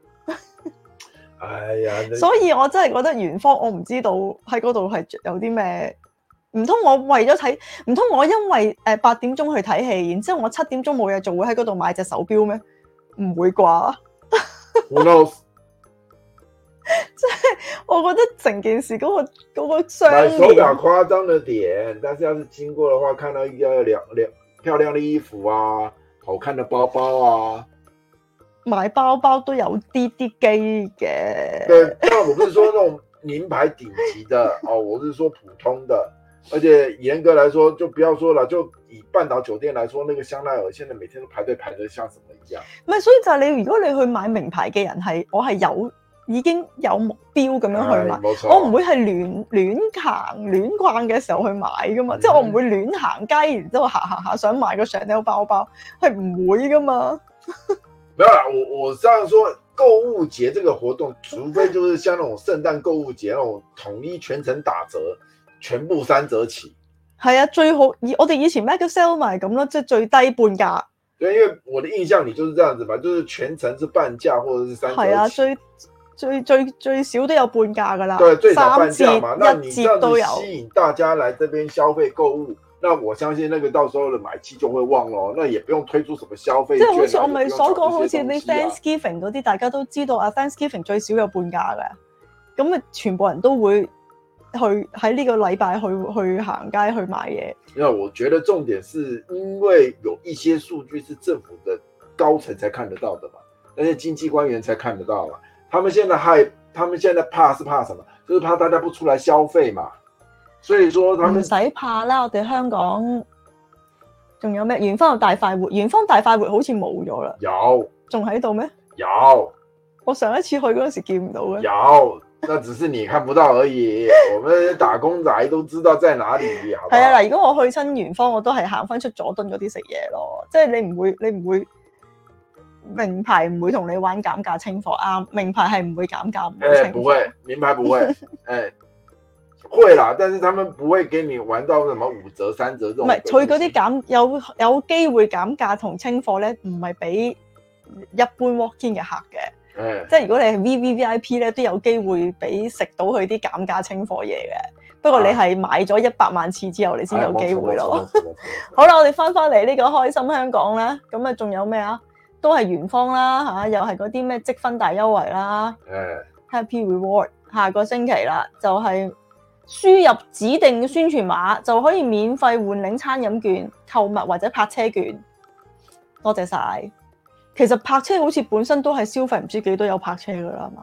S2: 哎呀，
S1: 所以我真係覺得元芳，我唔知道喺嗰度係有啲咩，唔通我為咗睇，唔通我因為誒八點鐘去睇戲，然之後我七點鐘冇嘢做，會喺嗰度買隻手錶咩？唔會啩？
S2: 我 know，
S1: 即係我覺得成件事嗰、那個嗰、那個商
S2: 買手錶誇張的點，但是要是經過的話，看到一個亮亮漂亮的衣服啊，好看的包包啊。
S1: 買包包都有啲啲機嘅，
S2: 對，但我不是說那種名牌頂級的哦，我是說普通的，而且嚴格來說，就不要說了，就以半島酒店來說，那個香奈兒現在每天都排隊排得像什麼一樣。唔係，
S1: 所以就係你，如果你去買名牌嘅人係，我係有已經有目標咁樣去買，我唔會係亂亂行亂逛嘅時候去買噶嘛，即係我唔會亂行街，然之後行行下想買個 Chanel 包包，係唔會噶嘛。
S2: 沒有啦，我我這樣說，購物節這個活動，除非就是像那種聖誕購物節那種統一全程打折，全部三折起。係啊，最好以我哋以前 Mega Sale 咪咁咯，即係最低半價。對，因為我的印象裡就是這樣子嘛，就是全程是半價或者是三折起。係啊，最最最最少都有半價噶啦。對，最少半價嘛。那你這樣子吸引大家來這邊消費購物。那我相信那個到時候的買氣就會旺咯，那也不用推出什麼消費券，即係好似我咪所講，好似你 Thanksgiving 嗰啲，大家都知道啊 Thanksgiving 最少有半價嘅，咁啊全部人都會去喺呢個禮拜去去行街去買嘢。因為我覺得重點是因為有一些數據是政府的高層才看得到的嘛，那些經濟官員才看得到嘛，他們現在害，他們現在怕是怕什麼？就是怕大家不出來消費嘛。所以說，唔使怕啦，我哋香港仲有咩？元芳有大快活，元芳大快活好似冇咗啦。有，仲喺度咩？有，我上一次去嗰陣時見唔到嘅。有，那只是你看不到而已。我們打工仔都知道在哪裡。係啊，嗱，如果我去親元芳，我都係行翻出佐敦嗰啲食嘢咯。即係你唔會，你唔會名牌唔會同你玩減價清貨啊！名牌係唔會減價，唔會清貨。誒，不會，名牌不會，誒。會啦，但是他們不會給你玩到什麼五折、三折這種。唔係，佢嗰啲減有有機會減價同清貨咧，唔係俾一般 walk-in 嘅客嘅。嗯，即係如果你係 V V V I P 咧，都有機會俾食到佢啲減價清貨嘢嘅。不過你係買咗一百萬次之後，你先有機會咯。好啦，我哋翻翻嚟呢個開心香港啦，咁啊仲有咩啊？都係元芳啦嚇，又係嗰啲咩積分大優惠啦。嗯 ，Happy Reward 下個星期啦，就係、是。輸入指定嘅宣傳碼就可以免費換領餐飲券、購物或者泊車券。多謝晒。其實泊車好似本身都係消費唔知幾多有泊車噶啦嘛。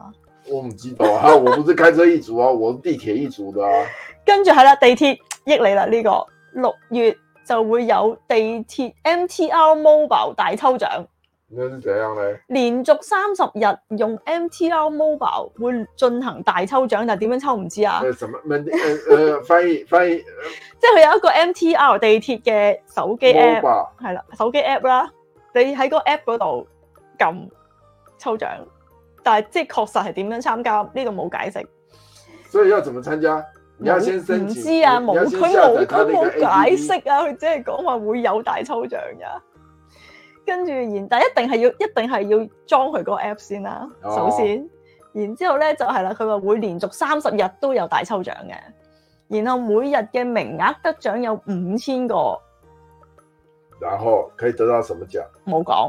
S2: 我唔知道啊，我不是開車一族啊，我是地鐵一族的啊。
S1: 跟住係啦，地鐵益你啦，呢、這個六月就會有地鐵 M T R Mobile 大抽獎。
S2: 那是怎樣呢？
S1: 連續三十日用 M T R Mobile 會進行大抽獎，但係點樣抽唔知啊？
S2: 誒、呃，什麼？誒誒、呃，翻譯翻譯，
S1: 即係佢有一個 M T R 地鐵嘅手機 app， 係啦，手機 app 啦，你喺個 app 嗰度撳抽獎，但係即係確實係點樣參加呢度冇解釋。所
S2: 以要怎麼參加？你要先申請。唔
S1: 知啊，冇佢冇佢冇解釋啊，佢只係講話會有大抽獎㗎。跟住，然但一定係要，一定係要裝佢個 app 先啦。首先，哦、然之後咧就係啦，佢話會連續三十日都有大抽獎嘅，然後每日嘅名額得獎有五千個。
S2: 然後可以得到什麼獎？冇
S1: 講。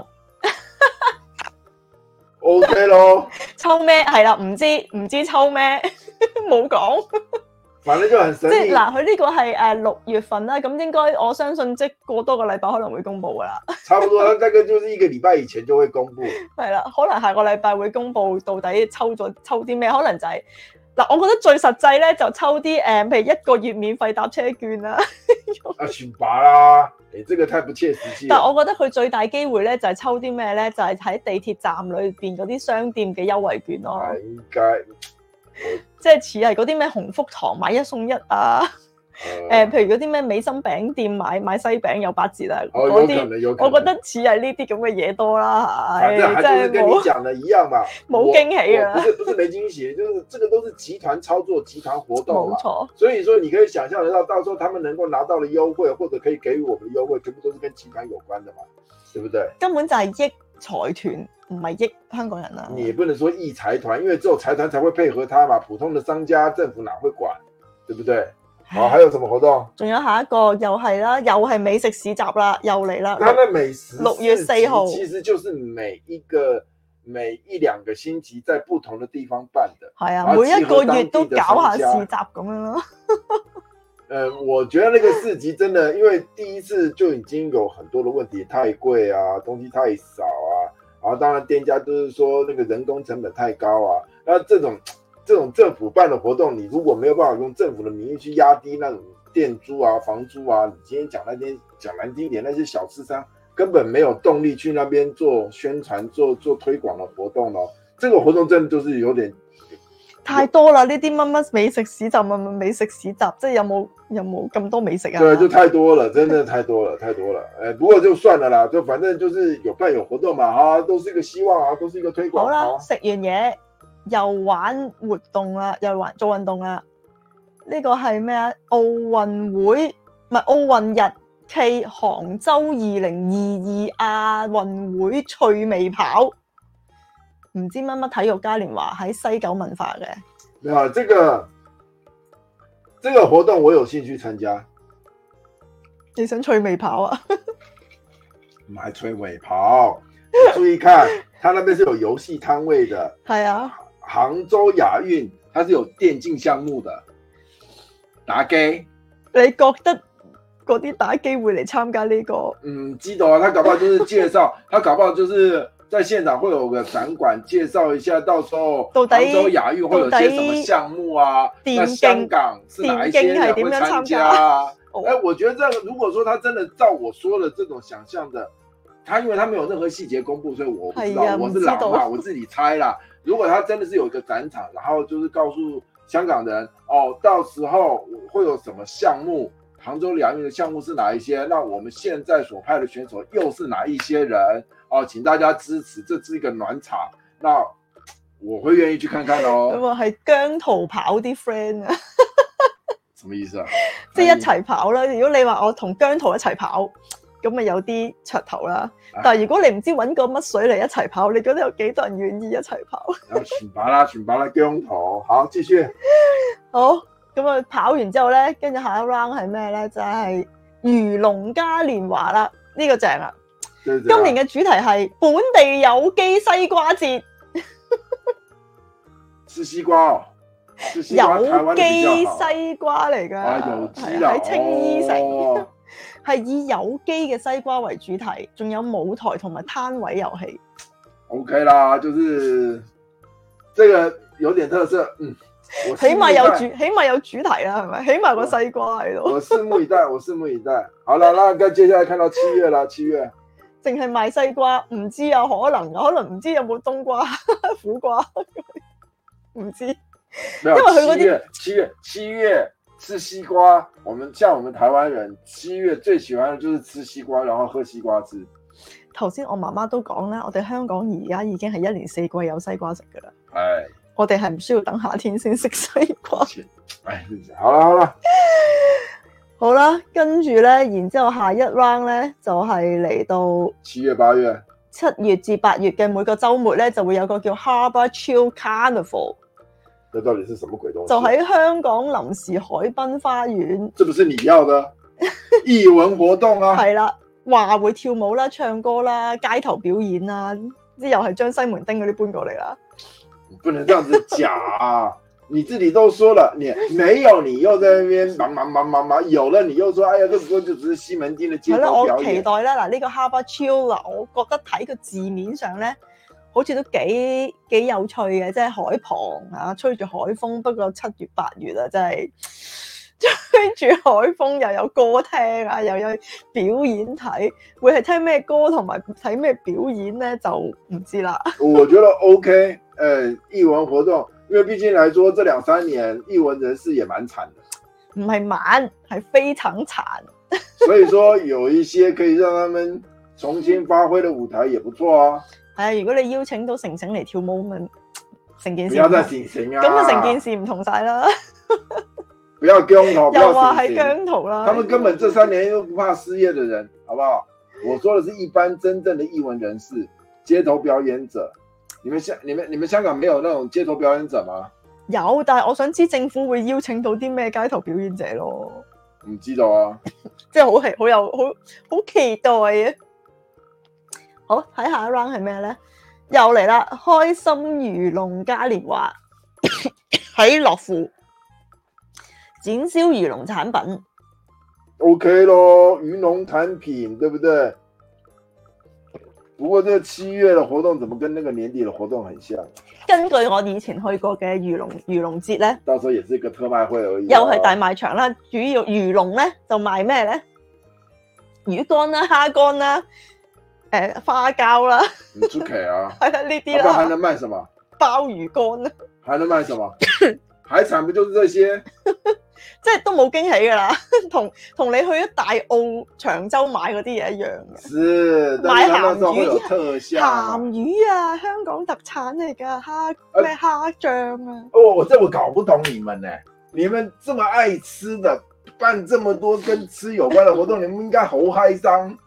S2: O K 咯。
S1: 抽咩？係啦，唔知唔知抽咩？冇講。
S2: 反正就很神秘。
S1: 即係嗱，佢呢個係誒六月份啦，咁應該我相信即過多個禮拜可能會公布噶啦。
S2: 差不多，大概就是一個禮拜以前就會公布。
S1: 係啦，可能下個禮拜會公布到底抽咗抽啲咩，可能就係、是、嗱，我覺得最實際咧就抽啲誒、呃，譬如一個月免費搭車券啦。
S2: 啊，算罷啦，你、欸、這個太不切實際。
S1: 但係我覺得佢最大機會咧就係、是、抽啲咩咧，就係、是、喺地鐵站裏邊嗰啲商店嘅優惠券咯。
S2: 應該。
S1: 即係似係嗰啲咩鴻福堂買一送一啊，誒、呃呃，譬如嗰啲咩美心餅店買買西餅有八折啊，嗰、哦、啲我覺得似係呢啲咁嘅嘢多啦，係，
S2: 即係跟你講的一樣嘛，
S1: 冇驚喜啊，
S2: 不是不是沒驚喜，就是這個都是集團操作、集團活動嘛，
S1: 冇錯，
S2: 所以說你可以想象得到，到時候他們能夠拿到的優惠，或者可以給予我們的優惠，全部都是跟集團有關的嘛，對不對？根本就係益財團。唔係益香港人啦，你也不能說益財團，因為只有財團才會配合他嘛，普通的商家政府哪會管，對不對？好、哦，還有什麼活動？
S1: 仲有下一個又係啦，又係美食市集啦，又嚟啦。
S2: 它的美食
S1: 六月四號
S2: 其實就是每一個每一兩個星期在不同的地方辦的，
S1: 係啊，每一個月都搞下市集咁樣咯。
S2: 呃，我覺得那個市集真的，因為第一次就已經有很多的問題，太貴啊，東西太少啊。然後當然店家就是說那個人工成本太高啊，那這種這種政府辦的活動，你如果沒有辦法用政府的名義去壓低那種店租啊、房租啊，你今天講那邊講難聽點，那些小吃商根本沒有動力去那邊做宣傳、做做推廣的活動咯。這個活動真的就是有點
S1: 太多啦，呢啲乜乜美食市集、乜乜美食市集，即係有冇有冇咁多美食啊？
S2: 對，就太多了，真的太多了，太多了。誒、欸，不過就算了啦，就反正就是有辦有活動嘛，哈，都是一個希望啊，都是一個推廣。
S1: 好啦，食完嘢又玩活動啦，又玩做運動啦。呢、這個係咩啊？奧運會唔係奧運日暨杭州二零二二亞運會趣味跑。唔知乜乜體育嘉年華喺西九文化嘅。
S2: 沒有，這個這個活動我有興趣參加。
S1: 你想趣味跑啊？
S2: 唔係趣味跑，注意看，它那邊是有遊戲攤位的。
S1: 係啊，
S2: 杭州亞運它是有電競項目的，打機。
S1: 你覺得嗰啲打機會嚟參加呢個？
S2: 嗯，知道啊，他搞不好就是介紹，他搞不好就是。在現場會有個展館介紹一下，到時候杭州亞運會有些什麼項目啊？那香港是哪一些人會參加啊？哎、欸，我覺得這個如果說他真的照我說的這種想象的，他因為他沒有任何細節公布，所以我不知道，哎、我是狼嘛，我自己猜啦。如果他真的是有一個展場，然後就是告訴香港人哦，到時候會有什麼項目，杭州亞運的項目是哪一些？那我們現在所派的選手又是哪一些人？哦，請大家支持，這是一個暖場，那我會願意去看看哦。
S1: 咁啊，係姜濤跑啲 friend 啊？
S2: 什麼意思啊？
S1: 即係一齊跑啦。如果你話我同姜濤一齊跑，咁咪有啲噱頭啦。啊、但係如果你唔知揾個乜水嚟一齊跑，你覺得有幾多人願意一齊跑？
S2: 啊，選拔啦，選拔啦，姜濤，好，繼續。
S1: 好，咁啊，跑完之後咧，跟住下一 round 係咩咧？就係漁農嘉年華啦，呢、這個正啊！今年嘅主題係本地有機西瓜節，
S2: 吃西瓜哦，吃西瓜
S1: 有機西瓜嚟噶，係喺青衣城，係、哦、以有機嘅西瓜為主題，仲有舞台同埋攤位遊戲。
S2: OK 啦，就是這個有點特色，嗯，我
S1: 起碼有主，起碼有主題啦，係咪？起碼個西瓜喺度。
S2: 我拭目以待，我拭目以待。好了，那跟接下來看到七月啦，七月
S1: 淨係賣西瓜，唔知啊，可能可能唔知有冇冬瓜、苦瓜，唔知。
S2: 沒有，因為佢嗰啲七月七月吃西瓜，我們像我們台灣人七月最喜歡的就是吃西瓜，然後喝西瓜汁。
S1: 頭先我媽媽都講啦，我哋香港而家已經係一年四季有西瓜食噶啦。
S2: 係，
S1: 我哋係唔需要等夏天先食西瓜。
S2: 唉，好啦好啦，
S1: 好啦，跟住咧，然之後下一 round 咧就係嚟到
S2: 七月八月，
S1: 七月至八月嘅每個週末咧就會有個叫 Harbour Chill Carnival。
S2: 這到底是什麼鬼東西？
S1: 就喺香港臨時海濱花園。
S2: 這不是你要的藝文活動啊？係
S1: 啦。話會跳舞啦、唱歌啦、街頭表演啦，即又係將西門町嗰啲搬過嚟啦。
S2: 不能這樣子講啊！你自己都說了，你沒有，你又在那邊忙忙忙忙忙，有了你又說，哎呀，這個就只是西門町的街頭表演。
S1: 我期待啦，嗱、這、呢個 Harbour Chill 啦，我覺得睇個字面上咧，好似都幾幾有趣嘅，即係海旁啊，吹住海風。不過七月八月啊，真係。吹住海風，又有歌聽啊，又有表演睇，會係聽咩歌同埋睇咩表演咧，就唔知啦。
S2: 我覺得 OK，誒，藝文活動，因為畢竟來說，這兩三年藝文人士也蠻慘的。
S1: 唔係蠻，係非常慘。
S2: 所以說，有一些可以讓他們重新發揮的舞台也不錯啊。係
S1: 啊，如果你邀請到成成嚟跳舞，咪成件事。
S2: 不要再成成啊！
S1: 咁啊，成件事唔同晒啦。
S2: 不要姜濤，
S1: 又話係姜濤啦。
S2: 他們根本這三年都不怕失業的人，好不好？我說的是一般真正的藝文人士、街頭表演者。你們香、你們、你們香港沒有那種街頭表演者嗎？
S1: 有，但係我想知政府會邀請到啲咩街頭表演者咯？
S2: 唔知道啊，
S1: 即係好係好有好好期待啊！好，睇下一 round 係咩咧？又嚟啦！開心漁農嘉年華喺樂富。展銷漁農產品
S2: ，OK 咯，漁農產品，對不對？不過，這個七月的活動怎麼跟那個年底的活動很像？
S1: 根據我以前去過嘅漁農漁農節咧，
S2: 到時候也是一個特賣會而已，
S1: 又係大賣場啦。主要漁農咧就賣咩咧？魚乾啦、蝦乾啦、誒、呃、花膠啦，
S2: 唔出奇啊！
S1: 係啦，呢啲啦。
S2: 咁還能賣什麼？
S1: 鮑魚乾啦。
S2: 還能賣什麼？海產不就是這些？
S1: 即係都冇驚喜噶啦，同同你去咗大澳、長洲買嗰啲嘢一樣嘅。
S2: 是，
S1: 買鹹魚
S2: 有特效。
S1: 鹹魚啊，香港特產嚟噶，蝦咩蝦醬啊？
S2: 哦，我這我搞不懂你們呢，你們這麼愛吃的，辦這麼多跟吃有關的活動，你們應該好開心。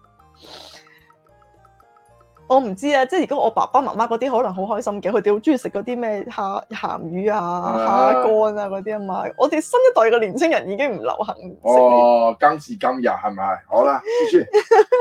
S1: 我唔知啊，即係如果我爸爸媽媽嗰啲可能好開心嘅，佢哋好中意食嗰啲咩蝦鹹魚啊、蝦乾啊嗰啲啊嘛。我哋新一代嘅年輕人已經唔流行食。
S2: 哦，今時今日係咪？好啦，繼續。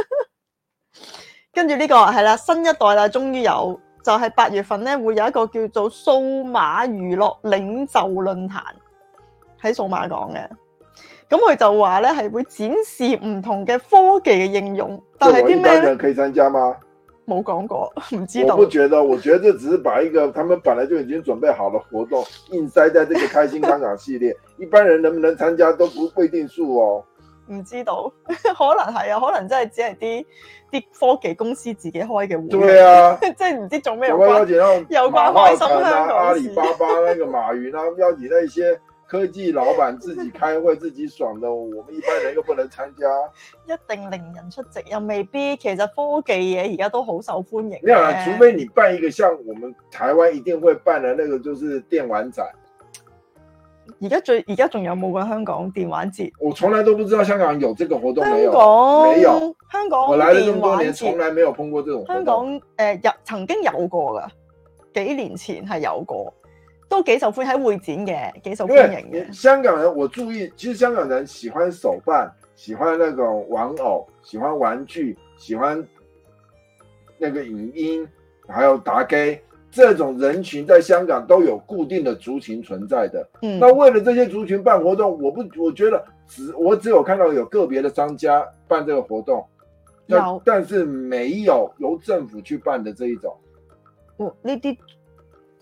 S1: 跟住呢個係啦，新一代啦，終於有，就係、是、八月份咧會有一個叫做數碼娛樂領袖論壇喺數碼講嘅。咁佢就話咧係會展示唔同嘅科技嘅應用，但係啲咩咧？
S2: 可以參加嗎？
S1: 冇講過，唔知道。
S2: 我不覺得，我覺得這只是把一個他們本來就已經準備好的活動，硬塞在這個開心香港系列。一般人能不能參加都不未定數哦。唔
S1: 知道，可能係啊，可能真係只係啲啲科技公司自己開嘅會。
S2: 對啊，
S1: 即係唔知做咩有關有關開心香港事。
S2: 阿里巴巴那個馬雲啊，邀請那些科技老闆自己開會自己爽的，我們一般人又不能參加。
S1: 一定零人出席又未必，其實科技嘢而家都好受歡迎。
S2: 沒有啦，除非你辦一個像我們台灣一定會辦的那個，就是電玩展。
S1: 而家最而家仲有冇個香港電玩節？
S2: 我從來都不知道香港有這個活動，沒有，
S1: 沒有。香港
S2: 我來了這麼多年，從來沒有碰過這種活動。
S1: 香港誒、呃、有曾經有過噶，幾年前係有過。都幾受歡迎，喺會展嘅，幾受歡迎嘅。
S2: 香港人我注意，其實香港人喜歡手辦，喜歡那種玩偶，喜歡玩具，喜歡那個影音，還有打機，這種人群在香港都有固定的族群存在的。嗯，那為了這些族群辦活動，我不，我覺得只我只有看到有個別的商家辦這個活動，有，但是沒有由政府去辦的這一種。
S1: 哦，呢啲。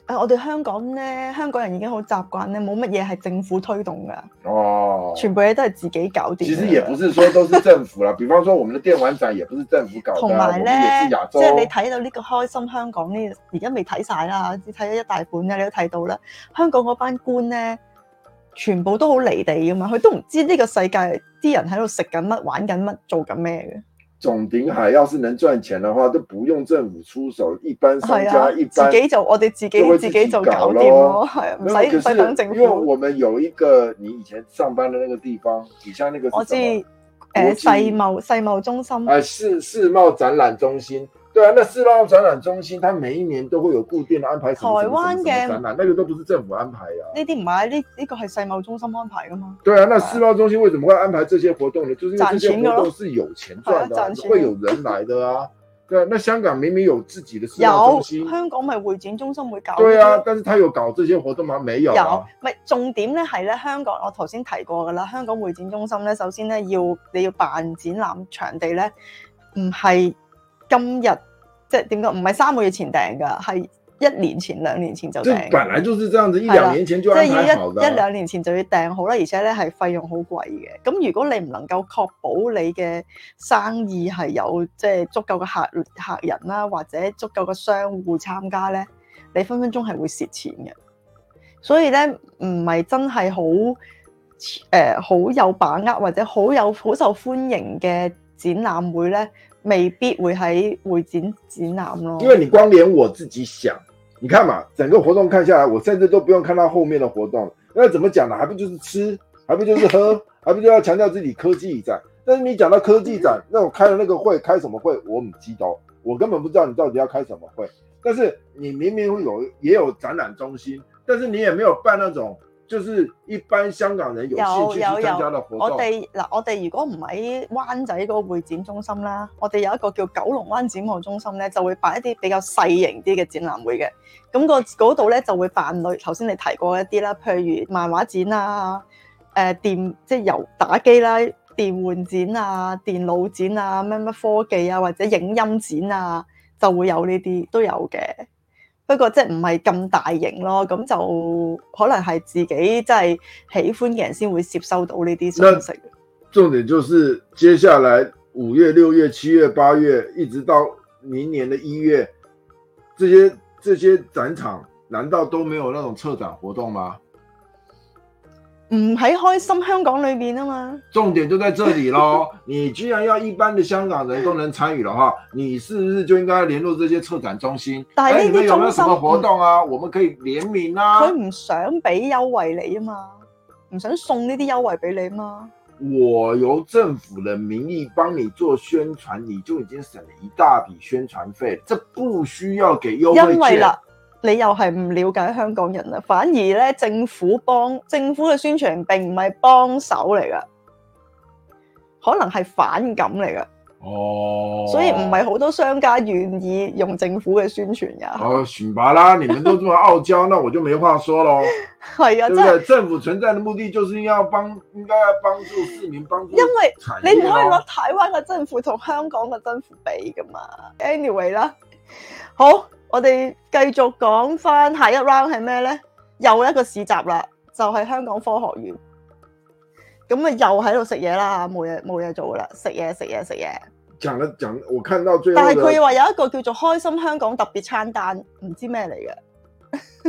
S1: 誒，我哋香港咧，香港人已經好習慣咧，冇乜嘢係政府推動噶，
S2: 哦，
S1: 全部嘢都係自己搞掂。
S2: 其實也不是說都是政府啦，比方說我們的電玩展也不是政府搞的，
S1: 同埋咧，
S2: 即
S1: 係你睇到呢個開心香港呢，而家未睇晒啦，只睇咗一大半咧，你都睇到啦。香港嗰班官咧，全部都好離地噶嘛，佢都唔知呢個世界啲人喺度食緊乜、玩緊乜、做緊咩嘅。
S2: 總頂海要是能賺錢的話，都不用政府出手，一般商家、啊、一般
S1: 自己就我哋自己自己就搞掂咯，係啊，唔使唔使等政府。
S2: 因為我們有一個你以前上班的那個地方，底下那個
S1: 我知誒、呃、世貿世貿中心，
S2: 啊世世貿展覽中心。對啊，那世貿展覽中心，它每一年都會有固定的安排什麼什麼什麼什麼展覽，那個都不是政府安排啊。
S1: 呢啲唔係，呢呢個係世貿中心安排噶嘛。
S2: 對啊，那世貿中心為什麼會安排這些活動呢？就是因為這些活動是有錢賺的、啊，會有人來的啊。對啊，那香港明明有自己的世貿中心，
S1: 有香港咪會展中心會搞。
S2: 對啊，但是他有搞這些活動嗎？沒有、啊。
S1: 有，咪重點咧係咧香港，我頭先提過噶啦，香港會展中心咧，首先咧要你要辦展覽場地咧，唔係今日。即係點講？唔係三個月前訂㗎，係一年前、兩年前就訂。
S2: 本來就是這樣子，一兩年前就安排好的。
S1: 即係一一兩年前就要訂好啦，而且咧係費用好貴嘅。咁如果你唔能夠確保你嘅生意係有即係足夠嘅客客人啦，或者足夠嘅商戶參加咧，你分分鐘係會蝕錢嘅。所以咧唔係真係好誒好有把握或者好有好受歡迎嘅展覽會咧。未必會喺會展展覽咯，
S2: 因為你光連我自己想，你看嘛，整個活動看下來，我甚至都不用看到後面的活動，那怎麼講呢？還不就是吃，還不就是喝，還不就要強調自己科技展？但是你講到科技展，那我開了那個會，開什麼會？我唔知道，我根本不知道你到底要開什麼會。但是你明明會有也有展覽中心，但是你也沒有辦那種。就是一般香港人有興趣去參加的活動。
S1: 我哋嗱，我哋如果唔喺灣仔嗰個會展中心啦，我哋有一個叫九龍灣展貿中心咧，就會辦一啲比較細型啲嘅展覽會嘅。咁、那個嗰度咧就會辦類頭先你提過一啲啦，譬如漫畫展啊、誒、呃、電即係遊打機啦、電玩展啊、電腦展啊、乜乜科技啊或者影音展啊，就會有呢啲都有嘅。不過即係唔係咁大型咯，咁就可能係自己即係喜歡嘅人先會接收到呢啲信息。
S2: 重點就是接下來五月、六月、七月、八月，一直到明年的一月，這些這些展場難道都沒有那種策展活動嗎？
S1: 唔喺開心香港裏面啊嘛，重
S2: 點就在這裡咯。你既然要一般的香港人都能參與的話，你是不是就應該聯絡這些策展中心？
S1: 但係呢啲中心，哎，你們有沒有什麼活
S2: 動啊？我們可以聯名啊。
S1: 佢唔想俾優惠你啊嘛，唔想送呢啲優惠俾你啊嘛。
S2: 我由政府的名義幫你做宣傳，你就已經省了一大筆宣傳費，這不需要給優惠券。因為啦。
S1: 你又係唔了解香港人啦，反而咧政府幫政府嘅宣傳並唔係幫手嚟噶，可能係反感嚟噶。
S2: 哦，
S1: 所以唔係好多商家願意用政府嘅宣傳噶。
S2: 哦，選吧啦，你們都這麼傲嬌，那我就沒話說咯。
S1: 係啊，
S2: 對不對？政府存在的目的就是要幫，應該要幫助市民，幫助。因
S1: 為你唔可以攞台灣嘅政府同香港嘅政府比噶嘛。Anyway 啦，好。我哋繼續講翻下一 round 係咩咧？又一個市集啦，就係、是、香港科學園。咁啊，又喺度食嘢啦，冇嘢冇嘢做噶啦，食嘢食嘢食嘢。
S2: 講啦講，我看到最後。
S1: 但係佢話有一個叫做開心香港特別餐單，唔知咩嚟嘅。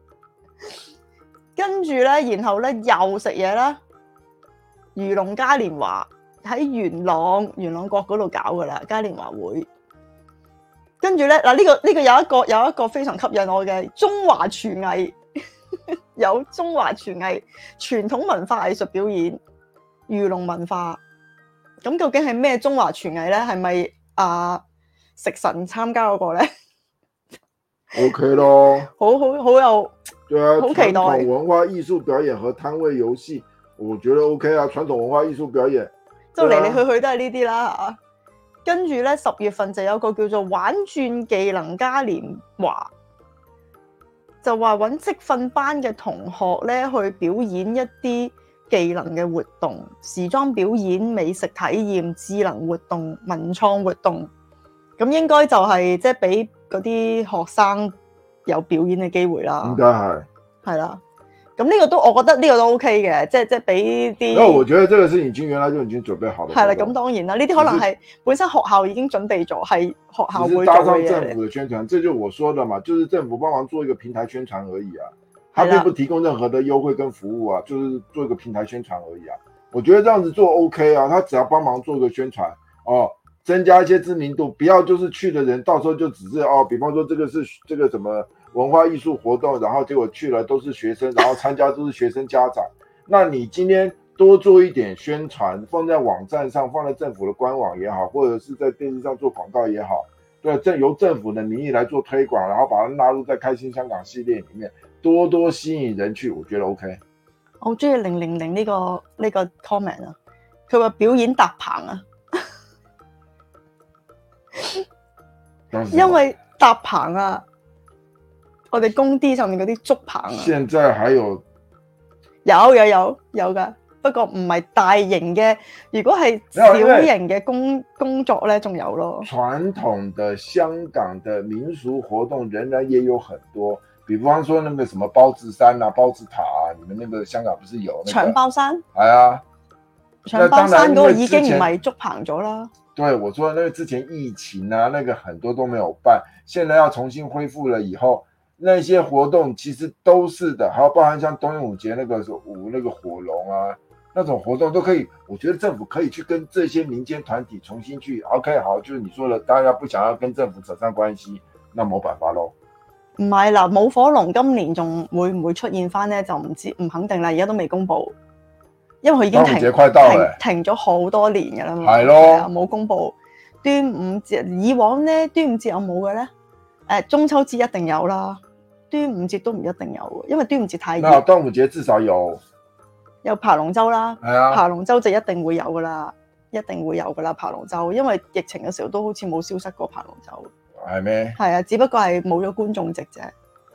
S1: 跟住咧，然後咧又食嘢啦。漁農嘉年華喺元朗元朗角嗰度搞噶啦，嘉年華會。跟住咧嗱，呢、這個呢、這個有一個有一個非常吸引我嘅中華廚藝，有中華廚藝傳統文化藝術表演，漁農文化。咁究竟係咩中華廚藝咧？係咪啊食神參加嗰個咧
S2: ？OK 咯，
S1: 好好好有，
S2: 對啊，
S1: 好期待。
S2: 傳統文化藝術表演和攤位遊戲，我覺得 OK 啊。傳統文化藝術表演，
S1: 就嚟嚟去去都係呢啲啦嚇。跟住咧，十月份就有個叫做玩轉技能嘉年華，就話揾職訓班嘅同學咧去表演一啲技能嘅活動，時裝表演、美食體驗、智能活動、文創活動。咁應該就係即係俾嗰啲學生有表演嘅機會啦。
S2: 應該係
S1: 係啦。咁呢個都我覺得呢個都 OK 嘅，即係即係俾啲。
S2: 因為我覺得這個是已經原來就已經準備好了。
S1: 係啦，咁當然啦，呢啲可能係本身學校已經準備咗，係學校會做嘅嘢。
S2: 搭上政府嘅宣傳，這就是我說的嘛，就是政府幫忙做一個平台宣傳而已啊，他並不提供任何的優惠跟服務啊，就是做一個平台宣傳而已啊。我覺得這樣子做 OK 啊，他只要幫忙做一個宣傳哦，增加一些知名度，不要就是去的人到時候就只是哦，比方說這個是這個什麼文化藝術活動，然後結果去了都是學生，然後參加都是學生家長。那你今天多做一點宣傳，放在網站上，放在政府的官網也好，或者是在電視上做廣告也好，對，這由政府的名義來做推廣，然後把它納入在開心香港系列裡面，多多吸引人去，我覺得 OK。
S1: 我好中意零零零呢個呢個 comment 啊，佢話表演搭棚啊，因為搭棚啊。我哋工地上面嗰啲竹棚啊，
S2: 現在還有
S1: 有有有有噶，不過唔係大型嘅，如果係小型嘅工工作咧，仲有咯。
S2: 傳統的香港的民俗活動仍然也有很多，比方說那個什麼包子山啊、包子塔啊，你們那個香港不是有、那個、搶包山？係啊，
S1: 搶包山嗰個已經唔係竹棚咗啦。
S2: 對，我說那個之前疫情啊，那個很多都沒有辦，現在要重新恢復了以後。那些活動其實都是的，還有包含像冬運舞節那個舞那個火龍啊，那種活動都可以。我覺得政府可以去跟這些民間團體重新去 OK 好，就是你說的，大家不想要跟政府扯上關係，那冇辦法咯。
S1: 唔係啦，舞火龍今年仲會唔會出現翻呢？就唔知唔肯定啦，而家都未公布，因為佢已經停停咗好多年噶啦嘛。係咯，冇公布。端午節以往呢，端午節有冇嘅咧？誒，中秋節一定有啦。端午節都唔一定有，因為端午節太熱。
S2: 端午節至少有，
S1: 有爬龍舟啦，
S2: 係啊，
S1: 爬龍舟就一定會有噶啦，一定會有噶啦爬龍舟，因為疫情嘅時候都好似冇消失過爬龍舟。
S2: 係咩？係
S1: 啊，只不過係冇咗觀眾席啫。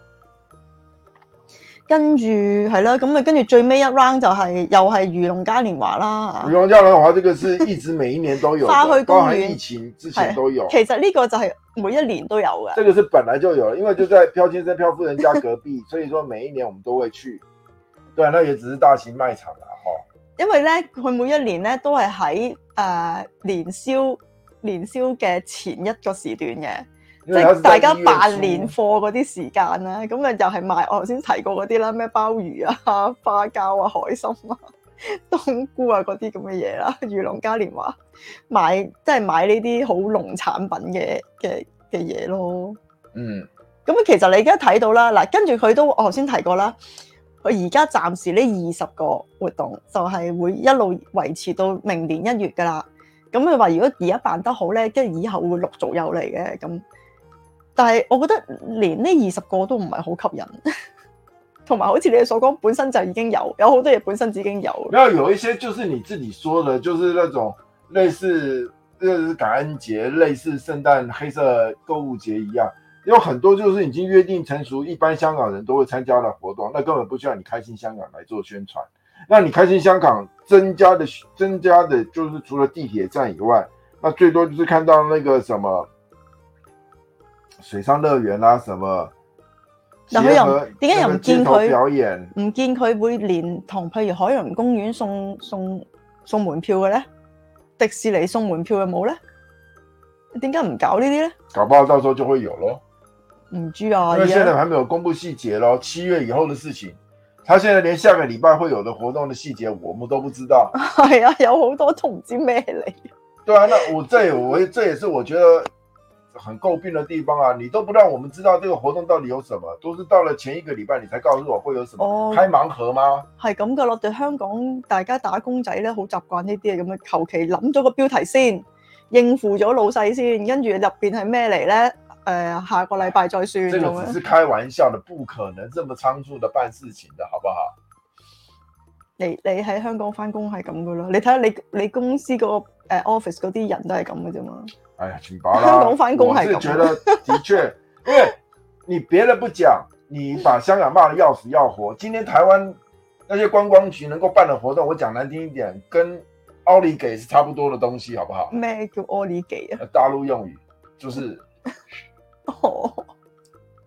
S1: 跟住係啦，咁啊，跟住最尾一 round 就係、是、又係漁農嘉年華啦。
S2: 漁農嘉年華這個是一直每一年都有，
S1: 花墟公園，
S2: 包含疫情之前都有。
S1: 其實呢個就係每一年都有嘅。
S2: 這個是本來就有，因為就在漂先生、漂夫人家隔壁，所以說每一年我們都會去。對，那也只是大型賣場啦，嗬。因為
S1: 咧，佢每一年咧都係喺誒年宵年宵嘅前一個時段嘅。即係大家辦年貨嗰啲時間啦，咁啊又係賣我頭先提過嗰啲啦，咩鮑魚啊、花膠啊、海參啊、冬菇啊嗰啲咁嘅嘢啦，漁農嘉年華買即係買呢啲好農產品嘅嘅嘅嘢咯。嗯，咁其實你而家睇到啦，嗱，跟住佢都我頭先提過啦，佢而家暫時呢二十個活動就係會一路維持到明年一月噶啦。咁佢話如果而家辦得好咧，跟住以後會陸續有嚟嘅咁。但係我覺得連呢二十個都唔係好吸引，同埋好似你哋所講，本身就已經有，有好多嘢本身已經有。然後
S2: 有一些就是你自己說的，就是那種類似類似感恩節、類似聖誕黑色購物節一樣，有很多就是已經約定成熟，一般香港人都會參加的活動，那根本不需要你開心香港來做宣傳。那你開心香港增加的增加的，就是除了地鐵站以外，那最多就是看到那個什麼。水上樂園啦、啊，什麼？
S1: 嗱，佢又點解又唔見佢
S2: 表演？
S1: 唔見佢會連同譬如海洋公園送送送門票嘅咧？迪士尼送門票嘅冇咧？點解唔搞呢啲咧？
S2: 搞不好到時候就會有咯。
S1: 唔知啊，
S2: 因為現在還沒有公布細節咯，七月以後的事情，他現在連下個禮拜會有的活動的細節，我們都不知道。
S1: 係啊，有好多都唔知咩嚟。
S2: 對啊，那我這我這也是我覺得很詬病的地方啊！你都不讓我們知道這個活動到底有什麼，都是到了前一個禮拜你才告訴我會有什麼。哦、開盲盒嗎？係咁噶咯，對香港大家打工仔咧，好習慣呢啲嘢咁樣，求其諗咗個標題先，應付咗老細先，跟住入邊係咩嚟咧？誒、呃，下個禮拜再算。這個只是開玩笑的，不可能這麼倉促的辦事情的，好不好？你你喺香港翻工係咁噶咯？你睇下你你公司個誒 office 嗰啲人都係咁嘅啫嘛。哎呀，請吧啦！香港翻工係咁。我是覺得的確，因為你別的不講，你把香港罵得要死要活。今天台灣那些觀光局能夠辦的活動，我講難聽一點，跟奧利給是差不多的東西，好不好？咩叫奧利給啊？大陸用語就是。哦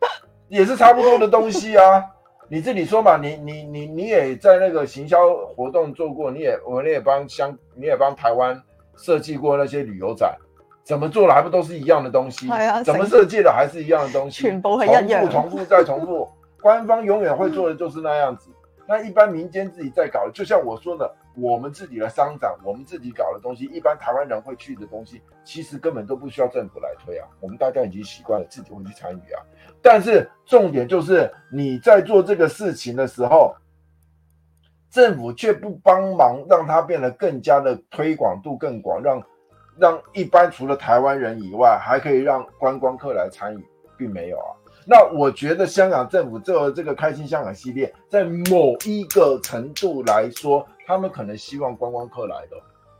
S2: 也是差不多的东西啊。你自己说嘛，你你你你也在那个行销活动做过，你也我你也帮香，你也帮台湾设计过那些旅游展，怎么做的还不都是一样的东西？
S1: 係啊，
S2: 怎麼設計的還是一樣的東西，
S1: 全部係一樣，
S2: 重複重複再重複。官方永遠會做的就是那樣子。那一般民間自己在搞，就像我說的，我們自己的商展，我們自己搞的東西，一般台灣人會去的東西，其實根本都不需要政府來推啊，我們大家已經習慣了，自己會去參與啊。但是重點就是你在做這個事情的時候，政府卻不幫忙，讓它變得更加的推廣度更廣，讓讓一般除了台灣人以外，還可以讓觀光客來參與，並沒有啊。那我覺得香港政府做這個開心香港系列，在某一個程度來說，他們可能希望觀光客來的。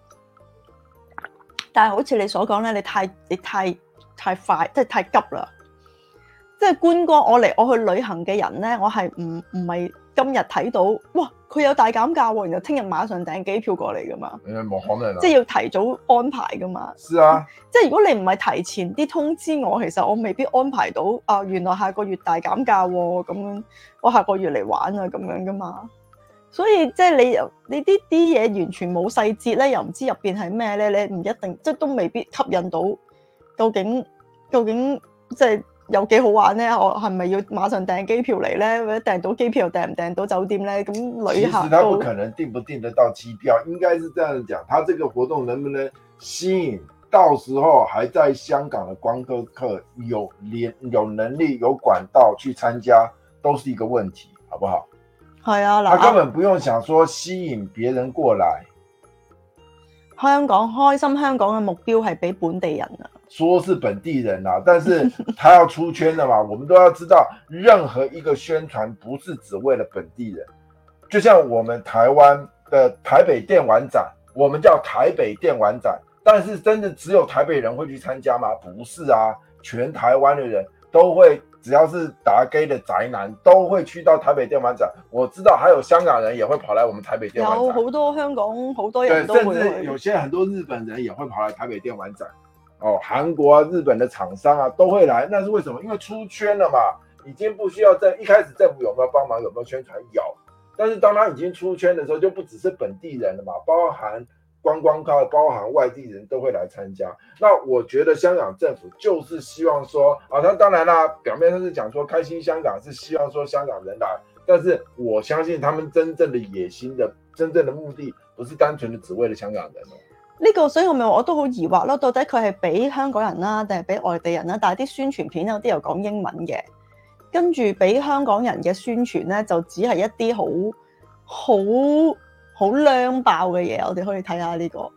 S1: 但係好似你所講咧，你太你太太快，即係太急啦。即係觀光，我嚟我去旅行嘅人咧，我係唔唔係今日睇到，哇！佢有大減價喎，然後聽日馬上訂機票過嚟噶嘛？
S2: 冇可能啊！
S1: 即係要提早安排噶嘛？
S2: 是啊，
S1: 即係如果你唔係提前啲通知我，其實我未必安排到啊。原來下個月大減價喎，咁樣我下個月嚟玩啊，咁樣噶嘛。所以即係你又你啲啲嘢完全冇細節咧，又唔知入邊係咩咧，你唔一定即係都未必吸引到。究竟究竟即係有幾好玩咧？我係咪要馬上訂機票嚟咧？或者訂到機票又訂唔訂到酒店咧？咁旅客
S2: 其實他不可能訂不訂得到機票，應該是這樣講，他這個活動能不能吸引到時候還在香港的觀光客有連有能力有管道去參加，都是一個問題，好不好？
S1: 係啊，
S2: 他根本不用想說吸引別人過來。
S1: 香港開心香港嘅目標係俾本地人啊。
S2: 說是本地人啊，但是他要出圈的嘛，我們都要知道，任何一個宣傳不是只為了本地人。就像我們台灣的台北電玩展，我們叫台北電玩展，但是真的只有台北人會去參加嗎？不是啊，全台灣的人都會，只要是打 gay 的宅男都會去到台北電玩展。我知道還有香港人也會跑來我們台北電玩展，
S1: 有好多香港好多人都會去，
S2: 甚至有些很多日本人也會跑來台北電玩展。哦，韓國啊、日本的廠商啊都會來，那是為什麼？因為出圈了嘛，已經不需要政，一開始政府有沒有幫忙，有沒有宣傳？有，但是當他已經出圈的時候，就不只是本地人了嘛，包含觀光客、包含外地人都會來參加。那我覺得香港政府就是希望說，啊，他當然啦，表面上是講說開心香港是希望說香港人來，但是我相信他們真正的野心的真正的目的，不是單純的只為了香港人哦。
S1: 呢個所以我咪我都好疑惑咯，到底佢係俾香港人啦，定係俾外地人啦？但係啲宣傳片有啲又講英文嘅，跟住俾香港人嘅宣傳咧，就只係一啲好好好靚爆嘅嘢。我哋可以睇下呢個，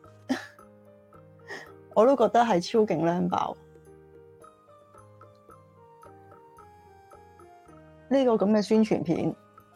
S1: 我都覺得係超勁靚爆。呢個咁嘅宣傳片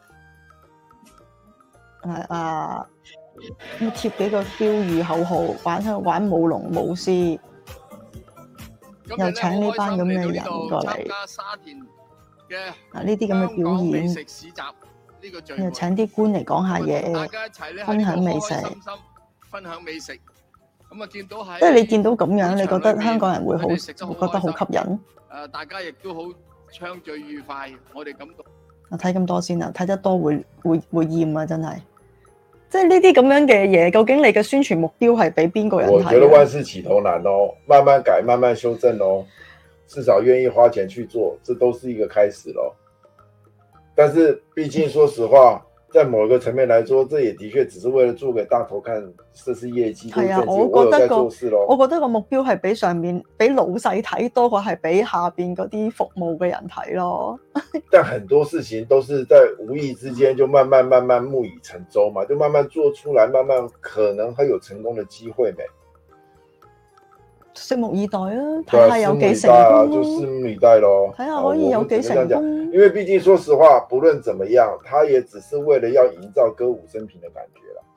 S1: 係啊。咁貼幾個標語口號，玩喺度玩舞龍舞獅，又請呢班咁嘅人過嚟。啊，呢啲咁嘅表演，又請啲官嚟講下嘢，分享美食。
S4: 分享美食。咁啊，見到係
S1: 即係你見到咁樣，你覺得香港人會好，會覺得好吸引？
S4: 誒，大家亦都好暢聚愉快，我哋感到。
S1: 我睇咁多先啦，睇得多會會會厭啊！真係。即係呢啲咁樣嘅嘢，究竟你嘅宣傳目標係俾邊個人睇？
S2: 我覺得萬事起頭難哦，慢慢改，慢慢修正哦，至少願意花錢去做，這都是一個開始咯。但是畢竟說實話，在某一個層面來說，這也的確只是為了做給大頭看，這是業績。係啊，
S1: 我覺得個我覺得個目標係俾上面俾老細睇多過係俾下邊嗰啲服務嘅人睇咯。
S2: 但很多事情都是在無意之間就慢慢慢慢木已成舟嘛，就慢慢做出來，慢慢可能會有成功的機會沒？
S1: 拭目以待啊，睇下有幾成功咯。
S2: 就拭目以待咯，
S1: 睇下可以有幾成功。
S2: 因為畢竟說實話，不論怎麼樣，他也只是為了要營造歌舞升平的感覺啦。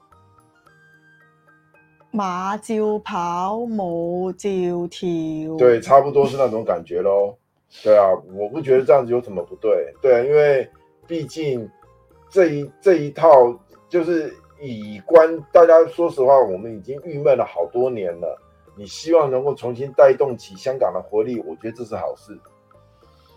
S1: 馬照跑，舞照跳，
S2: 對，差不多是那種感覺咯。對啊，我不覺得這樣子有什麼不對。對啊，因為畢竟這一這一套就是以觀，大家說實話，我們已經鬱悶了好多年了。你希望能夠重新帶動起香港的活力，我覺得這是好事。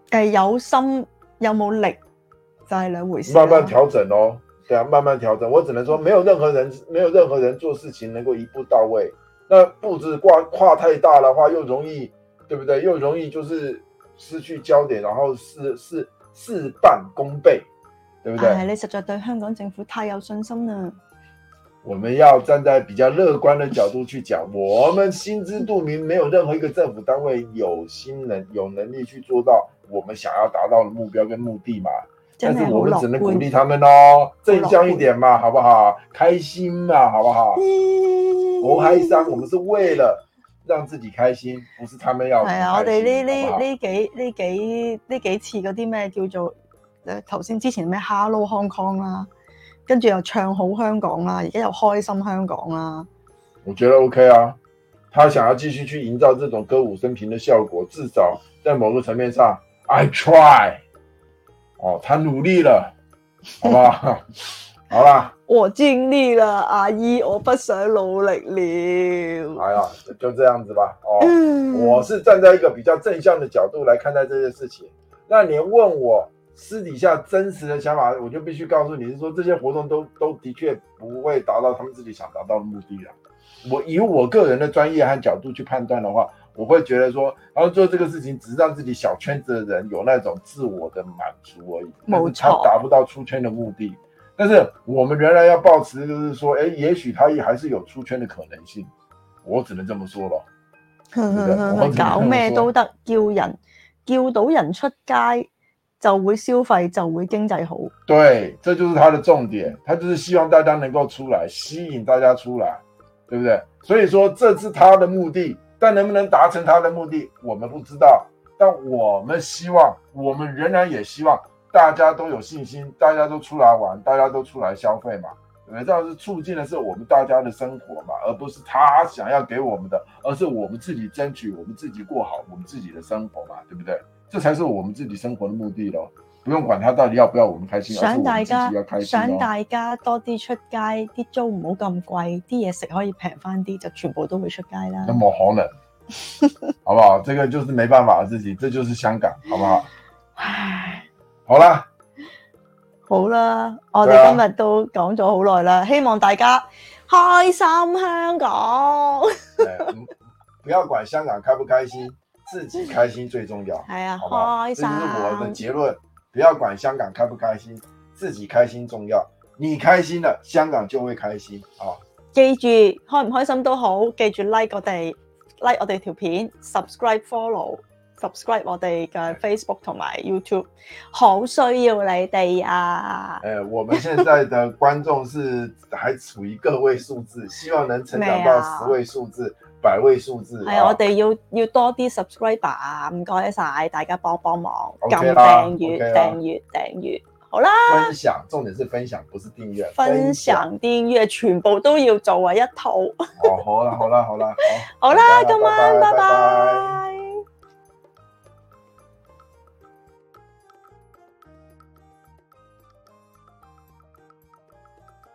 S1: 誒有心有冇力就係兩回事。
S2: 慢慢調整哦，對啊，慢慢調整。我只能說，沒有任何人，沒有任何人做事情能夠一步到位。那步子跨跨太大的話，又容易，對不對？又容易就是失去焦點，然後事事事半功倍，對不對？
S1: 係你實在對香港政府太有信心啦。
S2: 我們要站在比較樂觀的角度去講，我們心知肚明，沒有任何一個政府單位有心能有能力去做到我們想要達到的目標跟目的嘛。但是我們只能鼓勵他們咯，正向一點嘛，好不好？開心嘛，好不好？我開心，我們是為了讓自己開心，不是他們要開心。係啊，我哋呢呢呢幾呢幾呢幾次嗰啲咩叫做誒頭先之前咩 Hello Hong Kong 啦。跟住又唱好香港啦，而家又開心香港啦。我覺得 OK 啊，他想要繼續去營造這種歌舞升平的效果，至少在某個層面上 ，I try， 哦，他努力了，好不好？好啦，我盡力了，阿姨，我不想努力了。哎呀，就這樣子吧。哦，嗯、我是站在一個比較正向的角度來看待這件事情。那你問我私底下真實的想法，我就必須告訴你是說，這些活動都都的確不會達到他們自己想達到的目的了。我以我個人的專業和角度去判斷的話，我會覺得說，然後做這個事情只是讓自己小圈子的人有那種自我的滿足而已，但是他達不到出圈的目的。但是我們仍然要抱持就是說，誒，也許他也還是有出圈的可能性。我只能這麼說了。我搞咩都得，叫人叫到人出街，就會消費，就會經濟好。對，這就是他的重點，他就是希望大家能夠出來，吸引大家出來，對不對？所以說這是他的目的，但能不能達成他的目的，我們不知道。但我們希望，我們仍然也希望大家都有信心，大家都出來玩，大家都出來消費嘛，對不對？這樣是促進的是我們大家的生活嘛，而不是他想要給我們的，而是我們自己爭取，我們自己過好我們自己的生活嘛，對不對？這才是我們自己生活的目的咯，不用管他到底要不要我們開心，而是我們自己要開心。想大家多啲出街，啲租唔好咁貴，啲嘢食可以平翻啲，就全部都會出街啦。那冇可能，好不好？這個就是沒辦法的事情，這就是香港，好不好？唉，好啦，好啦，我哋今日都講咗好耐啦，希望大家開心香港。不要管香港開不開心。自己開心最重要，係啊，好不好？開心，這就是我的結論。不要管香港開不開心，自己開心重要。你開心了，香港就會開心啊！記住，開唔開心都好，記住 like 我哋 like 我哋條片 ，subscribe follow subscribe 我哋嘅 Facebook 同埋 YouTube， 好需要你哋啊！誒、呃，我們現在的觀眾是還處於個位數字，希望能成長到十位數字。百位數字係啊，我哋要要多啲 subscriber 啊！唔該晒，大家幫幫忙，撳訂閱、訂閱、訂閱，好啦。分享，重點是分享，不是訂閱。分享、訂閱，全部都要做為一套。哦，好啦，好啦，好啦，好。好啦，今晚拜拜。